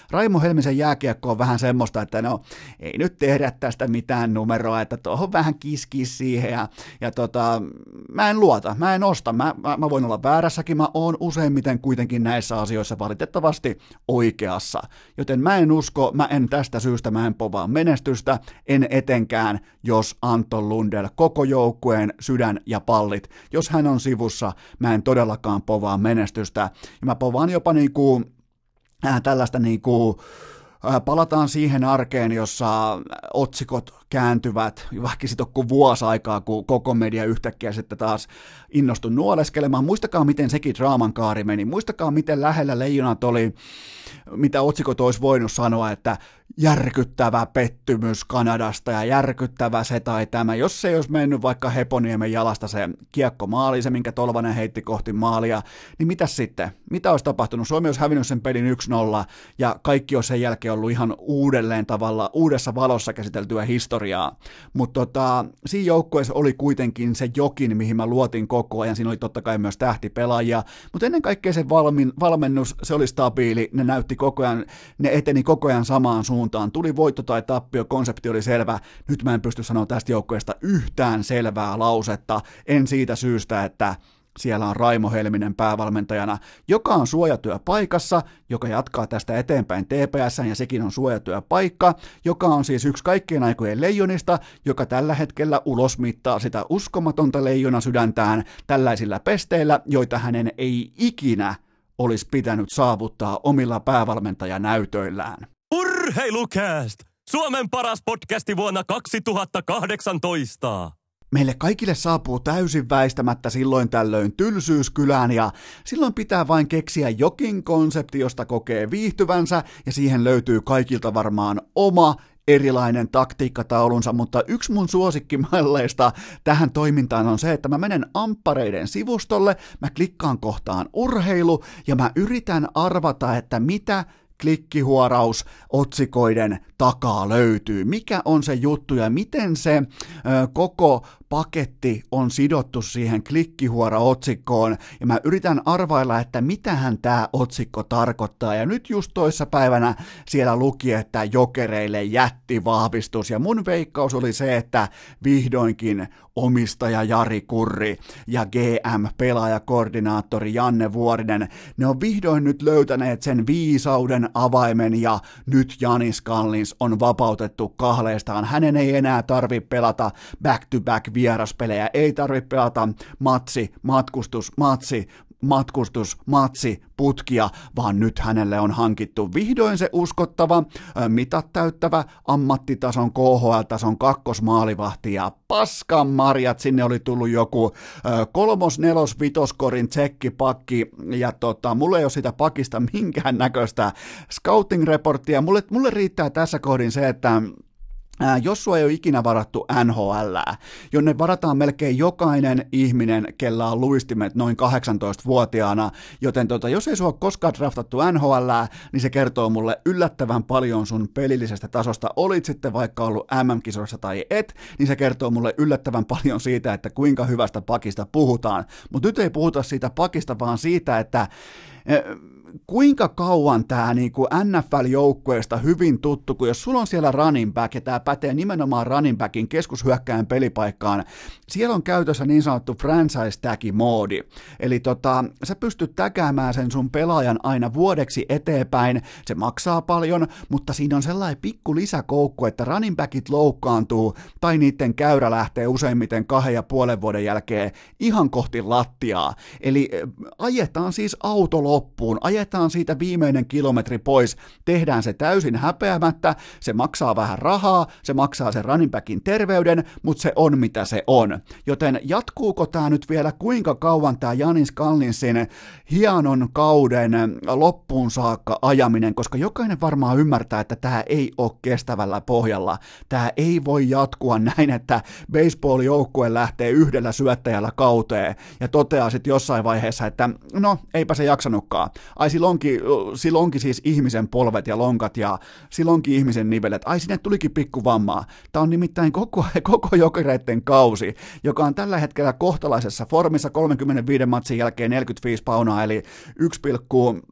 Raimo Helmisen jääkiekko on vähän semmoista, että no ei nyt tehdä tästä mitään numeroa, että tuohon vähän kiskis siihen ja mä en luota, mä en osta, mä voin olla väärässäkin, mä oon useimmiten kuitenkin näissä asioissa valitettavasti oikeassa, joten mä en usko, mä en tästä syystä, mä en povaa menestystä, en etenkään, jos Anton Lundell koko joukkueen sydän ja pallit, jos hän on sivussa, mä en todellakaan povaa menestystä, ja mä povaan jopa niinku tällaista niinku palataan siihen arkeen, jossa otsikot kääntyvät, vaikka sitten on kuin vuosi aikaa, kun koko media yhtäkkiä sitten taas innostui nuoleskelemaan. Muistakaa, miten sekin draaman kaari meni. Muistakaa, miten lähellä Leijonat oli, mitä otsikot olisi voinut sanoa, että järkyttävä pettymys Kanadasta ja järkyttävä se tai tämä. Jos se ei olisi mennyt vaikka Heponiemen jalasta se kiekko maali, se minkä Tolvanen heitti kohti maalia, niin mitäs sitten? Mitä olisi tapahtunut? Suomi olisi hävinnyt sen pelin 1-0 ja kaikki olisi sen jälkeen ollut ihan uudelleen tavalla, uudessa valossa käsiteltyä historiaa. Mutta siinä joukkueessa oli kuitenkin se jokin, mihin mä luotin koko ajan. Siinä oli totta kai myös tähtipelaajia, mutta ennen kaikkea se valmennus, se oli stabiili, ne eteni koko ajan samaan suuntaan. Tuli voitto tai tappio, konsepti oli selvä. Nyt mä en pysty sanoa tästä joukkueesta yhtään selvää lausetta. En siitä syystä, että siellä on Raimo Helminen päävalmentajana, joka on suojatyöpaikassa, joka jatkaa tästä eteenpäin TPS:ään ja sekin on suojatyöpaikka, joka on siis yksi kaikkien aikojen leijonista, joka tällä hetkellä ulosmittaa sitä uskomatonta leijona sydäntään tällaisilla pesteillä, joita hänen ei ikinä olisi pitänyt saavuttaa omilla päävalmentajanäytöillään. Urheilukääst! Suomen paras podcasti vuonna 2018! Meille kaikille saapuu täysin väistämättä silloin tällöin tylsyys kylään ja silloin pitää vain keksiä jokin konsepti, josta kokee viihtyvänsä ja siihen löytyy kaikilta varmaan oma erilainen taktiikkataulunsa, mutta yksi mun suosikkimalleista tähän toimintaan on se, että mä menen amppareiden sivustolle, mä klikkaan kohtaan urheilu ja mä yritän arvata, että mitä klikkihuoraus otsikoiden takaa löytyy. Mikä on se juttu ja miten se koko paketti on sidottu siihen klikkihuora-otsikkoon ja mä yritän arvailla, että mitähän tämä otsikko tarkoittaa ja nyt just toissapäivänä siellä luki, että Jokereille jättivahvistus ja mun veikkaus oli se, että vihdoinkin omistaja Jari Kurri ja GM-pelaajakoordinaattori Janne Vuorinen, ne on vihdoin nyt löytäneet sen viisauden avaimen ja nyt Janis Kallins on vapautettu kahleistaan. Hänen ei enää tarvitse pelata back-to-back vieraspelejä, ei tarvitse pelata matsi, putkia, vaan nyt hänelle on hankittu vihdoin se uskottava, mitat täyttävä ammattitason KHL-tason kakkosmaalivahti ja paskan marjat, sinne oli tullut joku 3., 4., 5. korin tsekkipakki ja mulle ei ole sitä pakista minkään näköistä scouting-reporttia, mulle riittää tässä kohdin se, että jos sua ei ole ikinä varattu NHL:ää, jonne varataan melkein jokainen ihminen, kella on luistimet noin 18-vuotiaana, joten jos ei sua ole koskaan draftattu NHL:ää, niin se kertoo mulle yllättävän paljon sun pelillisestä tasosta, olit sitten vaikka ollut MM-kisoissa tai et, niin se kertoo mulle yllättävän paljon siitä, että kuinka hyvästä pakista puhutaan, mutta nyt ei puhuta siitä pakista, vaan siitä, että kuinka kauan tämä niinku NFL-joukkueesta hyvin tuttu, kun jos sulla on siellä running back, ja tämä pätee nimenomaan running backin keskushyökkäjän pelipaikkaan, siellä on käytössä niin sanottu franchise tag-moodi, eli sä pystyt tägäämään sen sun pelaajan aina vuodeksi eteenpäin, se maksaa paljon, mutta siinä on sellainen pikku lisäkoukku, että running backit loukkaantuu, tai niiden käyrä lähtee useimmiten 2,5 vuoden jälkeen ihan kohti lattiaa, eli ajetaan siis auto loppuun, ajetaan siitä viimeinen kilometri pois, tehdään se täysin häpeämättä, se maksaa vähän rahaa, se maksaa sen running backin terveyden, mutta se on mitä se on. Joten jatkuuko tämä nyt vielä kuinka kauan tämä Janis Kallinsin hienon kauden loppuun saakka ajaminen, koska jokainen varmaan ymmärtää, että tämä ei ole kestävällä pohjalla. Tämä ei voi jatkua näin, että baseball-joukkue lähtee yhdellä syöttäjällä kauteen ja toteaa sitten jossain vaiheessa, että no, eipä se jaksanutkaan. Ai silloinkin siis ihmisen polvet ja lonkat ja silloinkin ihmisen nivelet. Ai sinne tulikin pikkuvammaa. Tämä on nimittäin koko Jokereiden kausi, joka on tällä hetkellä kohtalaisessa formissa 35 matsin jälkeen 45 paunaa, eli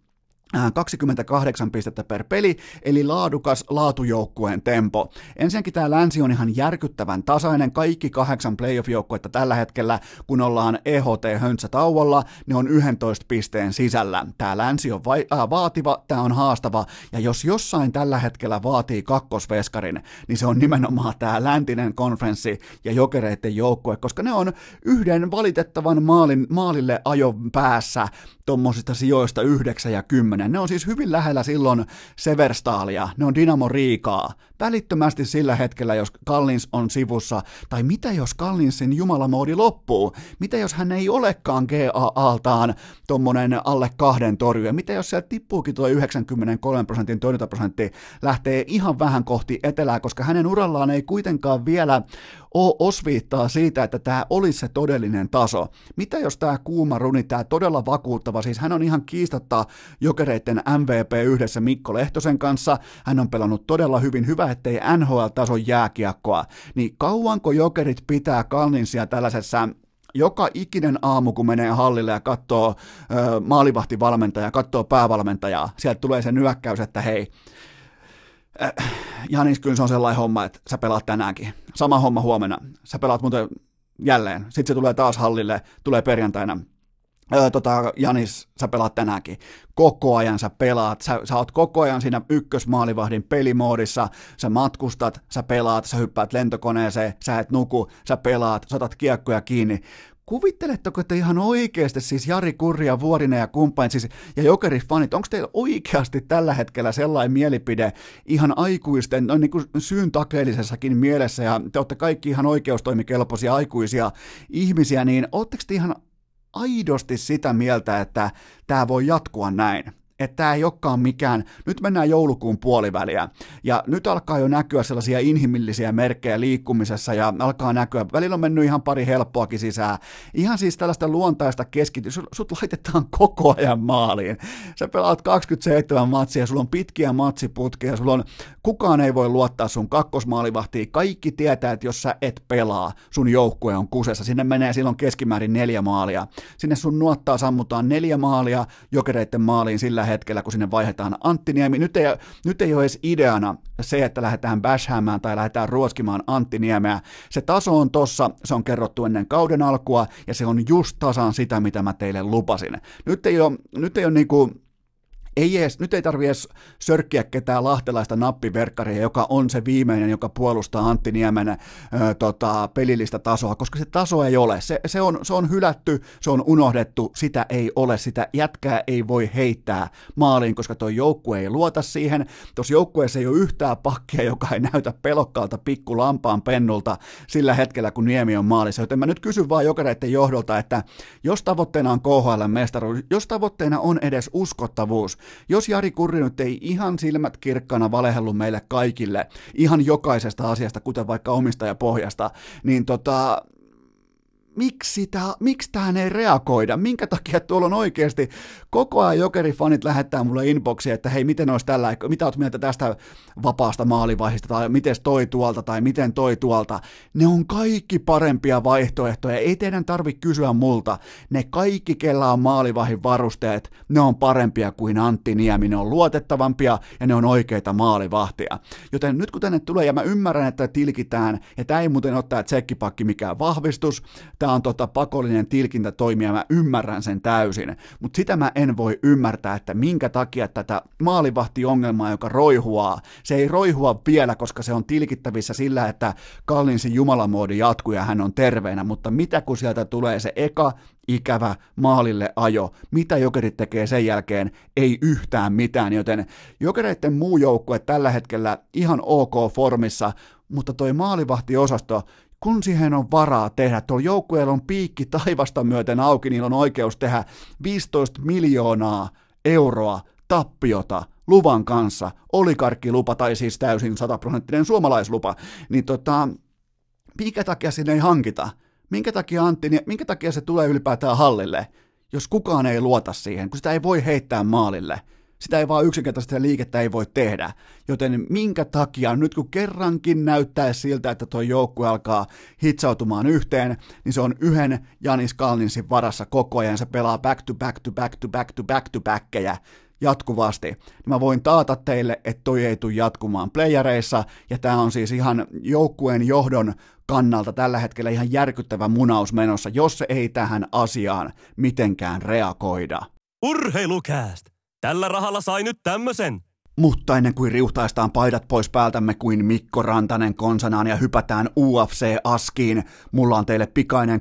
28 pistettä per peli, eli laadukas laatujoukkueen tempo. Ensinnäkin tämä länsi on ihan järkyttävän tasainen. Kaikki 8 playoff-joukkuetta tällä hetkellä, kun ollaan EHT-höntsä tauolla, ne on 11 pisteen sisällä. Tämä länsi on vaativa, tämä on haastava, ja jos jossain tällä hetkellä vaatii kakkosveskarin, niin se on nimenomaan tämä läntinen konferenssi ja Jokereiden joukkue, koska ne on yhden valitettavan maalille ajon päässä tuommoisista sijoista 9 ja 10. Ne on siis hyvin lähellä silloin Severstalia, ne on Dynamo Rigaa. Välittömästi sillä hetkellä, jos Collins on sivussa, tai mitä jos Collinsin jumalamoodi loppuu? Mitä jos hän ei olekaan GAAltaan tommonen alle 2 torjua? Mitä jos sieltä tippuukin tuo 93% torjuntaprosentti lähtee ihan vähän kohti etelää, koska hänen urallaan ei kuitenkaan vielä ole osviittaa siitä, että tämä olisi se todellinen taso. Mitä jos tämä kuuma runi, tämä todella vakuuttava, siis hän on ihan kiistatta Jokereiden MVP yhdessä Mikko Lehtosen kanssa, hän on pelannut todella hyvä, ettei NHL-tason jääkiekkoa, niin kauanko Jokerit pitää Collinsia tällaisessa joka ikinen aamu, kun menee hallille ja katsoo maalivahtivalmentajaa, katsoo päävalmentajaa, sieltä tulee se nyökkäys, että hei, Janis, kyllä se on sellainen homma, että sä pelaat tänäänkin. Sama homma huomenna. Sä pelaat muuten jälleen. Sitten se tulee taas hallille, tulee perjantaina. Janis, sä pelaat tänäänkin. Koko ajan sä pelaat, sä oot koko ajan siinä ykkösmaalivahdin pelimoodissa, sä matkustat, sä pelaat, sä hyppäät lentokoneeseen, sä et nuku, sä pelaat, sä otat kiekkoja kiinni. Kuvitteletteko te ihan oikeasti, siis Jari Kurri, Vuorinen ja kumppanit, siis, ja Jokeri-fanit, onko teillä oikeasti tällä hetkellä sellainen mielipide ihan aikuisten, no niin kuin syyntakeellisessakin mielessä, ja te olette kaikki ihan oikeustoimikelpoisia aikuisia ihmisiä, niin ootteko te ihan aidosti sitä mieltä, että tämä voi jatkua näin? Että tämä ei olekaan mikään, nyt mennään joulukuun puoliväliä, ja nyt alkaa jo näkyä sellaisia inhimillisiä merkkejä liikkumisessa, ja alkaa näkyä, välillä on mennyt ihan pari helppoakin sisään, ihan siis tällaista luontaista sut laitetaan koko ajan maaliin, sä pelaat 27 matsia, sulla on pitkiä matsiputkeja, kukaan ei voi luottaa sun kakkosmaalivahtiin, kaikki tietää, että jos sä et pelaa, sun joukkue on kusessa, sinne menee silloin keskimäärin 4 maalia, sinne sun nuottaa sammutaan 4 maalia Jokereiden maaliin sillä hetkellä, kun sinne vaihdetaan Antti Niemi. Nyt ei ole edes ideana se, että lähdetään bashhäämään tai lähdetään ruoskimaan Antti Niemeä. Se taso on tossa, se on kerrottu ennen kauden alkua, ja se on just tasan sitä, mitä mä teille lupasin. Nyt ei ole niinku nyt ei tarvitse edes sörkkiä ketään lahtelaista nappiverkkaria, joka on se viimeinen, joka puolustaa Antti Niemen pelillistä tasoa, koska se taso ei ole. Se on hylätty, se on unohdettu, sitä ei ole, sitä jätkää ei voi heittää maaliin, koska tuo joukkue ei luota siihen. Tuossa joukkueessa ei ole yhtään pakkia, joka ei näytä pelokkaalta pikku lampaan pennulta sillä hetkellä, kun Niemi on maalissa. Joten mä nyt kysyn vaan Jokereiden johdolta, että jos tavoitteena on KHL-mestaruus, jos tavoitteena on edes uskottavuus, jos Jari Kurri nyt ei ihan silmät kirkkana valehellut meille kaikille ihan jokaisesta asiasta, kuten vaikka omistajapohjasta, niin miksi tähän ei reagoida? Minkä takia tuolla on oikeasti koko ajan Jokeri-fanit lähettää mulle inboxia, että hei, miten olisi mitä olet mieltä tästä vapaasta maalivahdista, tai miten toi tuolta, tai miten toi tuolta. Ne on kaikki parempia vaihtoehtoja, ei teidän tarvitse kysyä multa. Ne kaikki, kellä on maalivahdin varusteet, ne on parempia kuin Antti Niemi, ne on luotettavampia, ja ne on oikeita maalivahtia. Joten nyt kun tänne tulee, ja mä ymmärrän, että tilkitään, ja tämä ei muuten ole tämä tsekkipakki mikään vahvistus, tämä on pakollinen tilkintätoimija, mä ymmärrän sen täysin, mutta sitä mä en voi ymmärtää, että minkä takia tätä maalivahtiongelmaa, joka roihuaa, se ei roihua vielä, koska se on tilkittävissä sillä, että Collinsin jumalamoodi jatkuu ja hän on terveenä, mutta mitä kun sieltä tulee se eka ikävä maalille ajo, mitä Jokerit tekee sen jälkeen, ei yhtään mitään, joten Jokereiden muu joukkue tällä hetkellä ihan ok formissa, mutta toi maalivahtiosasto, kun siihen on varaa tehdä, tuolla joukkueella on piikki taivasta myöten auki, niillä on oikeus tehdä 15 miljoonaa euroa tappiota luvan kanssa, oligarkkilupa tai siis täysin 100% suomalaislupa, niin minkä takia sinne ei hankita? Minkä takia se tulee ylipäätään hallille, jos kukaan ei luota siihen, kun sitä ei voi heittää maalille? Sitä ei vaan yksinkertaisesti sitä liikettä ei voi tehdä, joten minkä takia nyt kun kerrankin näyttää siltä, että tuo joukkue alkaa hitsautumaan yhteen, niin se on yhden Janis Collinsin varassa koko ajan, se pelaa back to back to back to back to back to backkejä, jatkuvasti, niin mä voin taata teille, että toi ei tule jatkumaan playereissa, ja tää on siis ihan joukkueen johdon kannalta tällä hetkellä ihan järkyttävä munaus menossa, jos se ei tähän asiaan mitenkään reagoida. Urheilukääst! Tällä rahalla sai nyt tämmösen. Mutta ennen kuin riuhtaistaan paidat pois päältämme kuin Mikko Rantanen konsanaan ja hypätään UFC-askiin, mulla on teille pikainen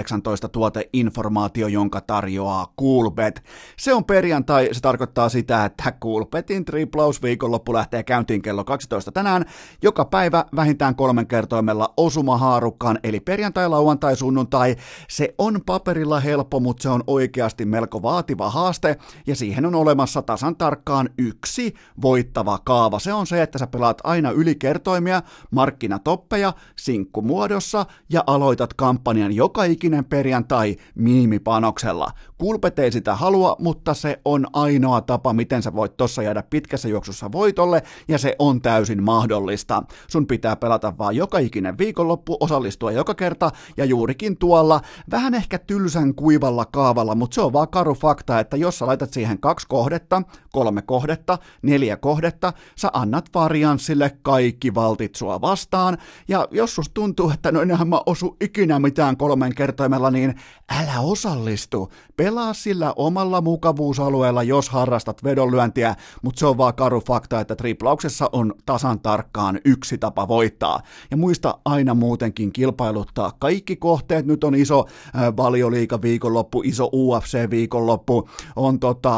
K18-tuoteinformaatio, jonka tarjoaa Coolbet. Se on perjantai, se tarkoittaa sitä, että Coolbetin triplaus-viikonloppu lähtee käyntiin kello 12 tänään. Joka päivä vähintään 3 kertoimella osuma haarukkaan, eli perjantai, lauantai, sunnuntai. Se on paperilla helppo, mutta se on oikeasti melko vaativa haaste, ja siihen on olemassa tasan tarkkaan yksi voittava kaava. Se on se, että sä pelaat aina ylikertoimia, markkinatoppeja, sinkkumuodossa ja aloitat kampanjan joka ikinen perjantai miimipanoksella. Coolbet ei sitä halua, mutta se on ainoa tapa, miten sä voit tossa jäädä pitkässä juoksussa voitolle, ja se on täysin mahdollista. Sun pitää pelata vaan joka ikinen viikonloppu, osallistua joka kerta, ja juurikin tuolla vähän ehkä tylsän kuivalla kaavalla, mutta se on vaan karu fakta, että jos sä laitat siihen 2 kohdetta, 3 kohdetta, 4 kohdetta, sä annat varianssille kaikki valtit sua vastaan, ja jos susta tuntuu, että no enhän mä osu ikinä mitään 3 kertoimella, niin älä osallistu. Pelaa sillä omalla mukavuusalueella, jos harrastat vedonlyöntiä, mutta se on vaan karu fakta, että triplauksessa on tasan tarkkaan yksi tapa voittaa. Ja muista aina muutenkin kilpailuttaa kaikki kohteet, nyt on iso Valioliiga viikonloppu, iso UFC viikonloppu, on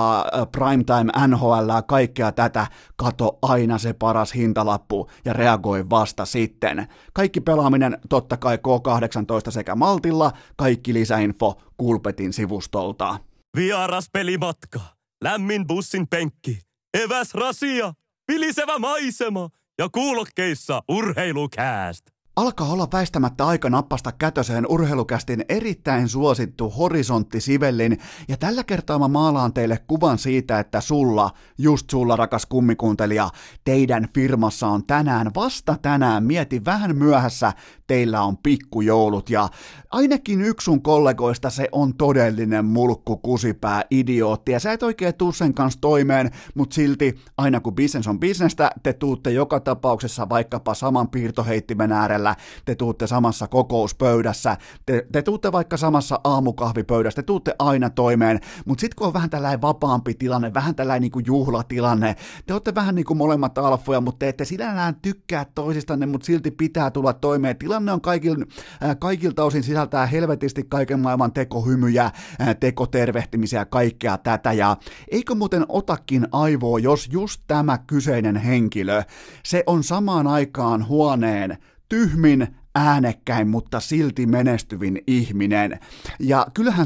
primetime NHL, kaikkea tätä, kato aina se paras hintalappu ja reagoi vasta sitten. Kaikki pelaaminen totta kai K18 sekä Maltilla, kaikki lisäinfo Coolbetin sivustolta. Vieras pelimatka, lämmin bussin penkki, eväs rasia, vilisevä maisema ja kuulokkeissa urheilukääst. Alkaa olla väistämättä aika nappasta kätöseen urheilukästin erittäin suosittu horisontti-sivellin, ja tällä kertaa mä maalaan teille kuvan siitä, että just sulla rakas kummikuuntelija, teidän firmassa on vasta tänään, mieti vähän myöhässä, teillä on pikkujoulut, ja ainakin yksi sun kollegoista se on todellinen mulkku, kusipää, idiootti, ja sä et oikein tuu sen kanssa toimeen, mutta silti aina kun business on bisnestä, te tuutte joka tapauksessa vaikkapa saman piirtoheittimen äärellä, te tuutte samassa kokouspöydässä, te tuutte vaikka samassa aamukahvipöydässä, te tuutte aina toimeen, mutta sitten kun on vähän tällainen vapaampi tilanne, vähän tällainen niin kuin juhlatilanne, te olette vähän niin kuin molemmat alfoja, mutta te ette sinällään tykkää toisistanne, mutta silti pitää tulla toimeen. Tilanne on kaikilta osin sisältää helvetisti kaiken maailman tekohymyjä, tekotervehtimisiä, kaikkea tätä, ja eikö muuten otakin aivoa, jos just tämä kyseinen henkilö, se on samaan aikaan huoneen tyhmin, äänekkäin, mutta silti menestyvin ihminen. Ja kyllä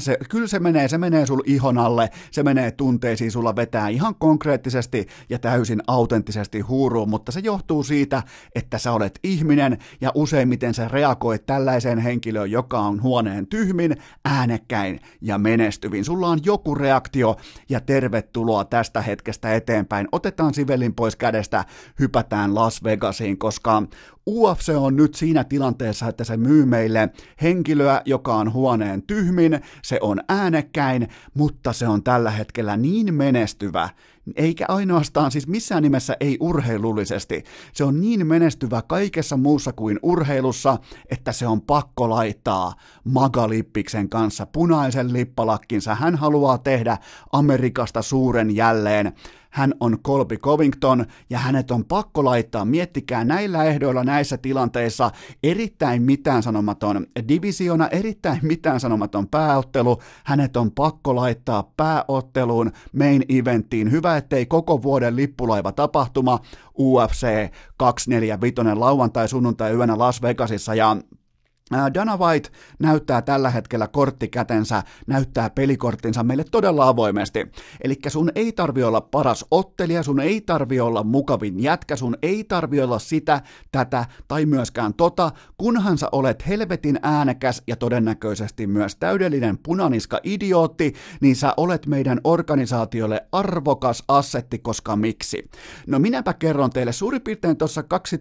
se menee sul ihon alle, se menee tunteisiin, sulla vetää ihan konkreettisesti ja täysin autenttisesti huuruun, mutta se johtuu siitä, että sä olet ihminen ja useimmiten sä reagoit tällaiseen henkilöön, joka on huoneen tyhmin, äänekkäin ja menestyvin. Sulla on joku reaktio ja tervetuloa tästä hetkestä eteenpäin. Otetaan sivellin pois kädestä, hypätään Las Vegasiin, koska UFC on nyt siinä tilanteessa, että se myy meille henkilöä, joka on huoneen tyhmin, se on äänekkäin, mutta se on tällä hetkellä niin menestyvä, eikä ainoastaan siis missään nimessä ei urheilullisesti, se on niin menestyvä kaikessa muussa kuin urheilussa, että se on pakko laittaa Magalippiksen kanssa punaisen lippalakkinsa. Hän haluaa tehdä Amerikasta suuren jälleen. Hän on Colby Covington ja hänet on pakko laittaa, miettikää näillä ehdoilla näissä tilanteissa, erittäin mitään sanomaton divisiona, erittäin mitään sanomaton pääottelu, hänet on pakko laittaa pääotteluun, main eventtiin. Hyvä, ettei koko vuoden lippulaiva tapahtuma UFC 245 lauantai sunnuntai yönä Las Vegasissa, ja Dana White näyttää tällä hetkellä korttikätensä, näyttää pelikorttinsa meille todella avoimesti. Eli sun ei tarvi olla paras ottelija, sun ei tarvi olla mukavin jätkä, sun ei tarvi olla sitä, tätä tai myöskään kunhan sä olet helvetin äänekäs ja todennäköisesti myös täydellinen punaniska idiootti, niin sä olet meidän organisaatiolle arvokas assetti, koska miksi? No minäpä kerron teille, suurin piirtein tuossa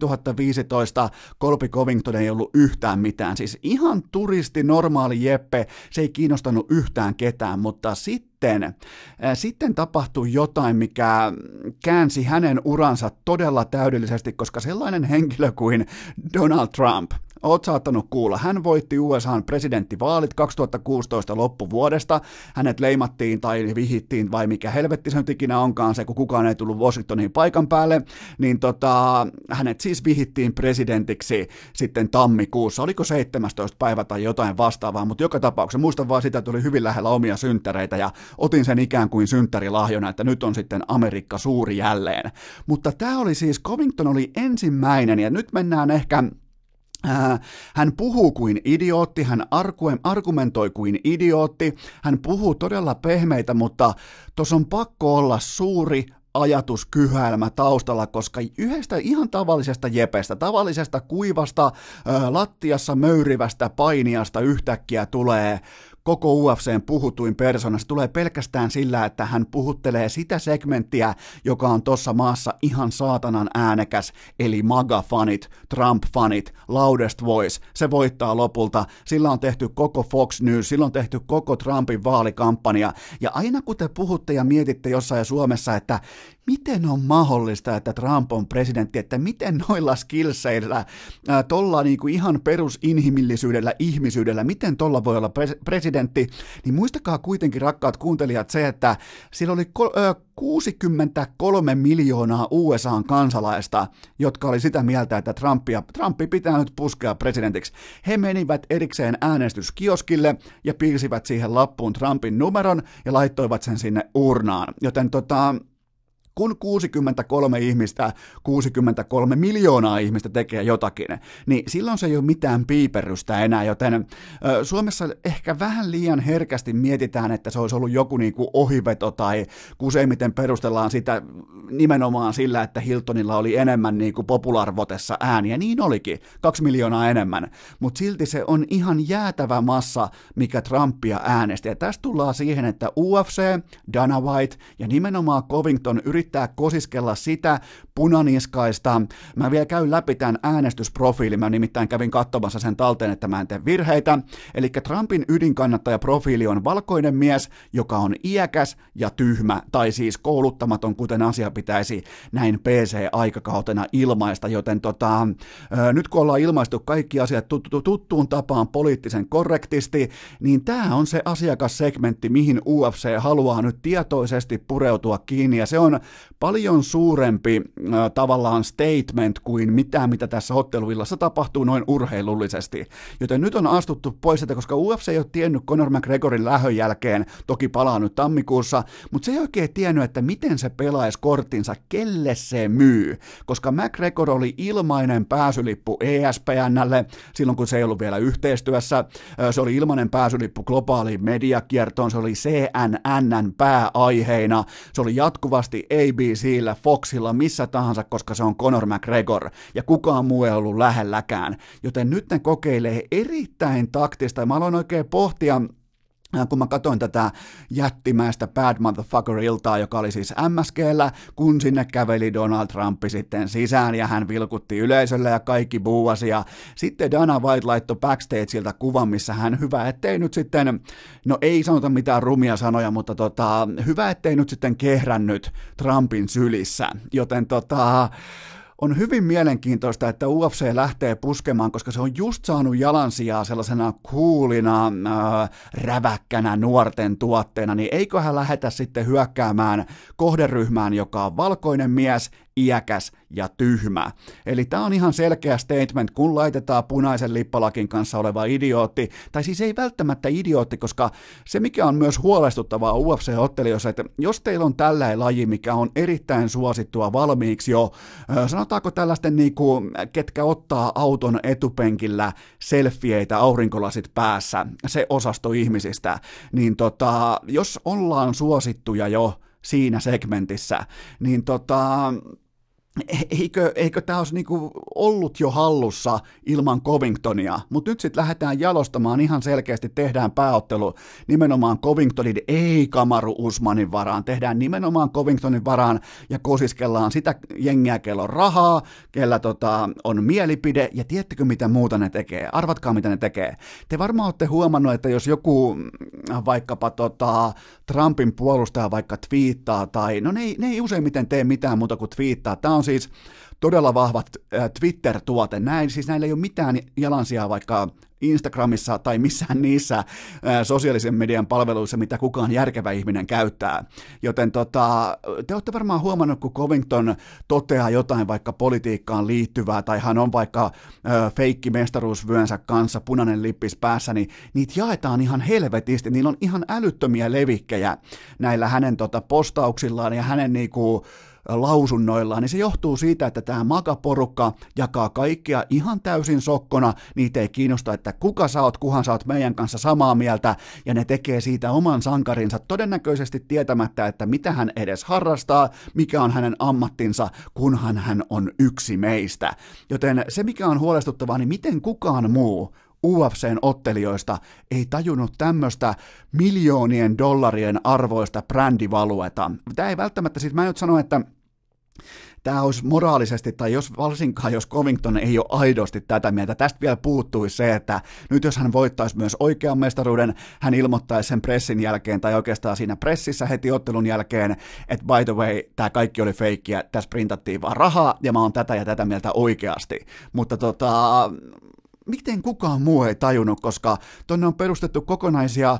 2015 Colby Covington ei ollut yhtään mitään. Siis ihan turisti, normaali jeppe, se ei kiinnostanut yhtään ketään, mutta sitten sitten tapahtui jotain, mikä käänsi hänen uransa todella täydellisesti, koska sellainen henkilö kuin Donald Trump, oot saattanut kuulla. Hän voitti USA:n presidenttivaalit 2016 loppuvuodesta. Hänet leimattiin tai vihittiin, vai mikä helvetti se nyt ikinä onkaan se, kun kukaan ei tullut Washingtoniin paikan päälle, niin hänet siis vihittiin presidentiksi sitten tammikuussa. Oliko 17. päivä tai jotain vastaavaa, mutta joka tapauksessa muistan vaan sitä, että oli hyvin lähellä omia synttäreitä ja otin sen ikään kuin synttärilahjona, että nyt on sitten Amerikka suuri jälleen. Mutta tämä oli siis, Covington oli ensimmäinen ja nyt mennään ehkä hän puhuu kuin idiootti, hän argumentoi kuin idiootti, hän puhuu todella pehmeitä, mutta tuossa on pakko olla suuri ajatuskyhäilmä taustalla, koska yhdestä ihan tavallisesta jepestä, tavallisesta kuivasta, lattiassa möyrivästä painijasta yhtäkkiä tulee koko UFC:n puhutuin persona. Se tulee pelkästään sillä, että hän puhuttelee sitä segmenttiä, joka on tuossa maassa ihan saatanan äänekäs, eli MAGA-fanit, Trump-fanit, loudest voice, se voittaa lopulta, sillä on tehty koko Fox News, sillä on tehty koko Trumpin vaalikampanja, ja aina kun te puhutte ja mietitte jossain Suomessa, että miten on mahdollista, että Trump on presidentti, että miten noilla skillseillä, tolla niinku ihan perusinhimillisyydellä, ihmisyydellä, miten tolla voi olla presidentti, niin muistakaa kuitenkin, rakkaat kuuntelijat, se, että sillä oli 63 miljoonaa USA:n kansalaista, jotka oli sitä mieltä, että Trumpi pitää nyt puskea presidentiksi. He menivät erikseen äänestyskioskille ja piirsivät siihen lappuun Trumpin numeron ja laittoivat sen sinne urnaan, joten kun 63 miljoonaa ihmistä tekee jotakin, niin silloin se ei ole mitään piiperrystä enää, joten Suomessa ehkä vähän liian herkästi mietitään, että se olisi ollut joku niinku ohiveto tai useimmiten perustellaan sitä nimenomaan sillä, että Hiltonilla oli enemmän niinku Popular-votessa ääniä, niin olikin, 2 miljoonaa enemmän, mutta silti se on ihan jäätävä massa, mikä Trumpia äänesti, ja tästä tullaan siihen, että UFC, Dana White ja nimenomaan Covington yrittää kosiskella sitä punaniskaista. Mä vielä käyn läpi tämän äänestysprofiilin, mä nimittäin kävin katsomassa sen talteen, että mä en tee virheitä. Eli Trumpin ydinkannattajaprofiili on valkoinen mies, joka on iäkäs ja tyhmä, tai siis kouluttamaton, kuten asia pitäisi näin PC-aikakautena ilmaista, joten nyt kun ollaan ilmaistu kaikki asiat tuttuun tapaan poliittisen korrektisti, niin tämä on se asiakassegmentti, mihin UFC haluaa nyt tietoisesti pureutua kiinni, ja se on paljon suurempi tavallaan statement kuin mitä tässä otteluillassa tapahtuu noin urheilullisesti. Joten nyt on astuttu pois, että koska UFC ei ole tiennyt Conor McGregorin lähön jälkeen, toki palaa nyt tammikuussa, mutta se ei oikein tiennyt, että miten se pelaisi korttinsa, kelle se myy, koska McGregor oli ilmainen pääsylippu ESPN:lle silloin, kun se ei ollut vielä yhteistyössä, se oli ilmainen pääsylippu globaaliin mediakiertoon, se oli CNN:n pääaiheina, se oli jatkuvasti ABC:llä, Foxilla, missä tahansa, koska se on Conor McGregor, ja kukaan muu ei ollut lähelläkään. Joten nyt ne kokeilee erittäin taktista, ja mä aloin oikein pohtia, kun mä katsoin tätä jättimäistä Bad Motherfucker-iltaa, joka oli siis MSG:llä, kun sinne käveli Donald Trump sitten sisään ja hän vilkutti yleisölle ja kaikki buuasi, ja sitten Dana White laittoi backstageilta kuvan, missä hän hyvä, ettei nyt sitten, no ei sanota mitään rumia sanoja, mutta hyvä, ettei nyt sitten kehrännyt Trumpin sylissä, joten on hyvin mielenkiintoista, että UFC lähtee puskemaan, koska se on just saanut jalansijaa sellaisena coolina, räväkkänä nuorten tuotteena, niin eiköhän lähetä sitten hyökkäämään kohderyhmään, joka on valkoinen mies, iäkäs ja tyhmä. Eli tämä on ihan selkeä statement, kun laitetaan punaisen lippalakin kanssa oleva idiootti, tai siis ei välttämättä idiootti, koska se mikä on myös huolestuttavaa UFC-ottelijoissa, että jos teillä on tällainen laji, mikä on erittäin suosittua valmiiksi jo, sanotaanko tällaisten niinku, ketkä ottaa auton etupenkillä selfieitä aurinkolasit päässä, se osasto ihmisistä, niin jos ollaan suosittuja jo siinä segmentissä, niin eikö tämä olisi niinku ollut jo hallussa ilman Covingtonia, mutta nyt sitten lähdetään jalostamaan ihan selkeästi, tehdään pääottelu nimenomaan Covingtonin, ei Kamaru Usmanin varaan, tehdään nimenomaan Covingtonin varaan ja kosiskellaan sitä jengiä, kello on rahaa, kellä on mielipide, ja tiedättekö mitä muuta ne tekee? Arvatkaa mitä ne tekee. Te varmaan olette huomannut, että jos joku vaikkapa Trumpin puolustaja vaikka twiittaa, tai no ne ei useimmiten tee mitään muuta kuin twiittaa, tämä on siis todella vahva Twitter-tuote. Näillä ei ole mitään jalansijaa vaikka Instagramissa tai missään niissä sosiaalisen median palveluissa, mitä kukaan järkevä ihminen käyttää. Joten te olette varmaan huomannut, kun Covington toteaa jotain vaikka politiikkaan liittyvää, tai hän on vaikka feikki mestaruusvyönsä kanssa, punainen lippis päässä, niin niitä jaetaan ihan helvetisti. Niillä on ihan älyttömiä levikkejä näillä hänen postauksillaan ja hänen niinku lausunnoillaan, niin se johtuu siitä, että tämä MAGA-porukka jakaa kaikkia ihan täysin sokkona, niitä ei kiinnosta, että kuka sä oot, kuhan sä oot meidän kanssa samaa mieltä, ja ne tekee siitä oman sankarinsa todennäköisesti tietämättä, että mitä hän edes harrastaa, mikä on hänen ammattinsa, kunhan hän on yksi meistä. Joten se, mikä on huolestuttavaa, niin miten kukaan muu UFC:n ottelijoista ei tajunnut tämmöistä miljoonien dollarien arvoista brändivalueta. Tämä ei välttämättä, siis mä en nyt sano, että tämä olisi moraalisesti, tai varsinkaan jos Covington ei ole aidosti tätä mieltä, tästä vielä puuttuisi se, että nyt jos hän voittaisi myös oikean mestaruuden, hän ilmoittaisi sen pressin jälkeen, tai oikeastaan siinä pressissä heti ottelun jälkeen, että by the way, tämä kaikki oli feikkiä, tässä printattiin vaan rahaa, ja mä oon tätä ja tätä mieltä oikeasti. Mutta miten kukaan muu ei tajunnut, koska tonne on perustettu kokonaisia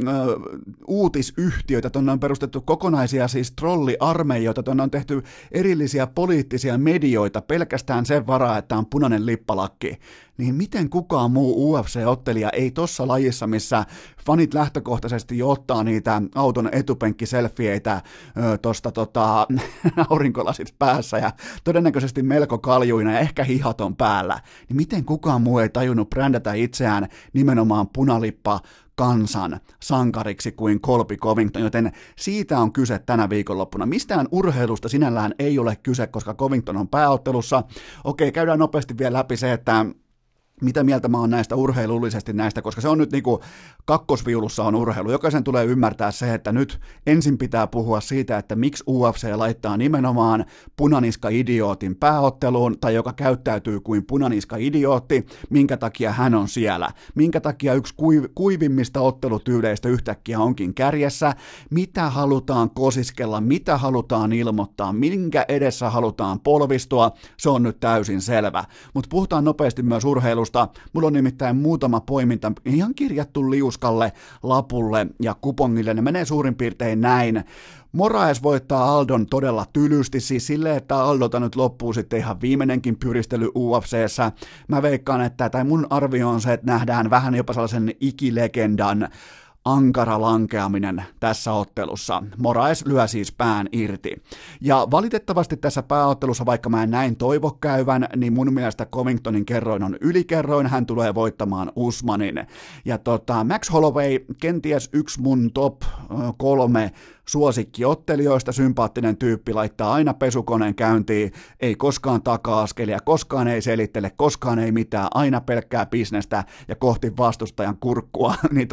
uutisyhtiöitä, tonne on perustettu kokonaisia siis trolliarmeijoita, tonne on tehty erillisiä poliittisia medioita pelkästään sen varaa, että on punainen lippalakki. Niin miten kukaan muu UFC-ottelija ei tossa lajissa, missä fanit lähtökohtaisesti jo ottaa niitä auton etupenkkiselfieitä tosta aurinkolasit päässä ja todennäköisesti melko kaljuina ja ehkä hihaton päällä, niin miten kukaan muu ei tajunnut brändätä itseään nimenomaan punalippa kansan sankariksi kuin Colby Covington, joten siitä on kyse tänä viikonloppuna. Mistään urheilusta sinällään ei ole kyse, koska Covington on pääottelussa. Okei, käydään nopeasti vielä läpi se, että mitä mieltä mä oon näistä urheilullisesti näistä, koska se on nyt niinku kakkosviulussa on urheilu. Jokaisen tulee ymmärtää se, että nyt ensin pitää puhua siitä, että miksi UFC laittaa nimenomaan punaniska-idiootin pääotteluun, tai joka käyttäytyy kuin punaniska-idiootti, minkä takia hän on siellä. Minkä takia yksi kuivimmista ottelutyyleistä yhtäkkiä onkin kärjessä, mitä halutaan kosiskella, mitä halutaan ilmoittaa, minkä edessä halutaan polvistua, se on nyt täysin selvä. Mutta puhutaan nopeasti myös urheilusta. Mulla on nimittäin muutama poiminta ihan kirjattu liuskalle, lapulle ja kupongille. Ne menee suurin piirtein näin. Moraes voittaa Aldon todella tylysti, siis silleen, että Aldolta nyt loppuu sitten ihan viimeinenkin pyristely UFC:ssä. Mä veikkaan, tai mun arvio on se, että nähdään vähän jopa sellaisen ikilegendan ankara lankeaminen tässä ottelussa. Moraes lyö siis pään irti. Ja valitettavasti tässä pääottelussa, vaikka mä en näin toivo käyvän, niin mun mielestä Covingtonin kerroin on ylikerroin, hän tulee voittamaan Usmanin. Ja Max Holloway, kenties yksi mun top 3 suosikkiottelijoista, sympaattinen tyyppi, laittaa aina pesukoneen käyntiin, ei koskaan taka-askelia, koskaan ei selittele, koskaan ei mitään, aina pelkkää bisnestä ja kohti vastustajan kurkkua, niin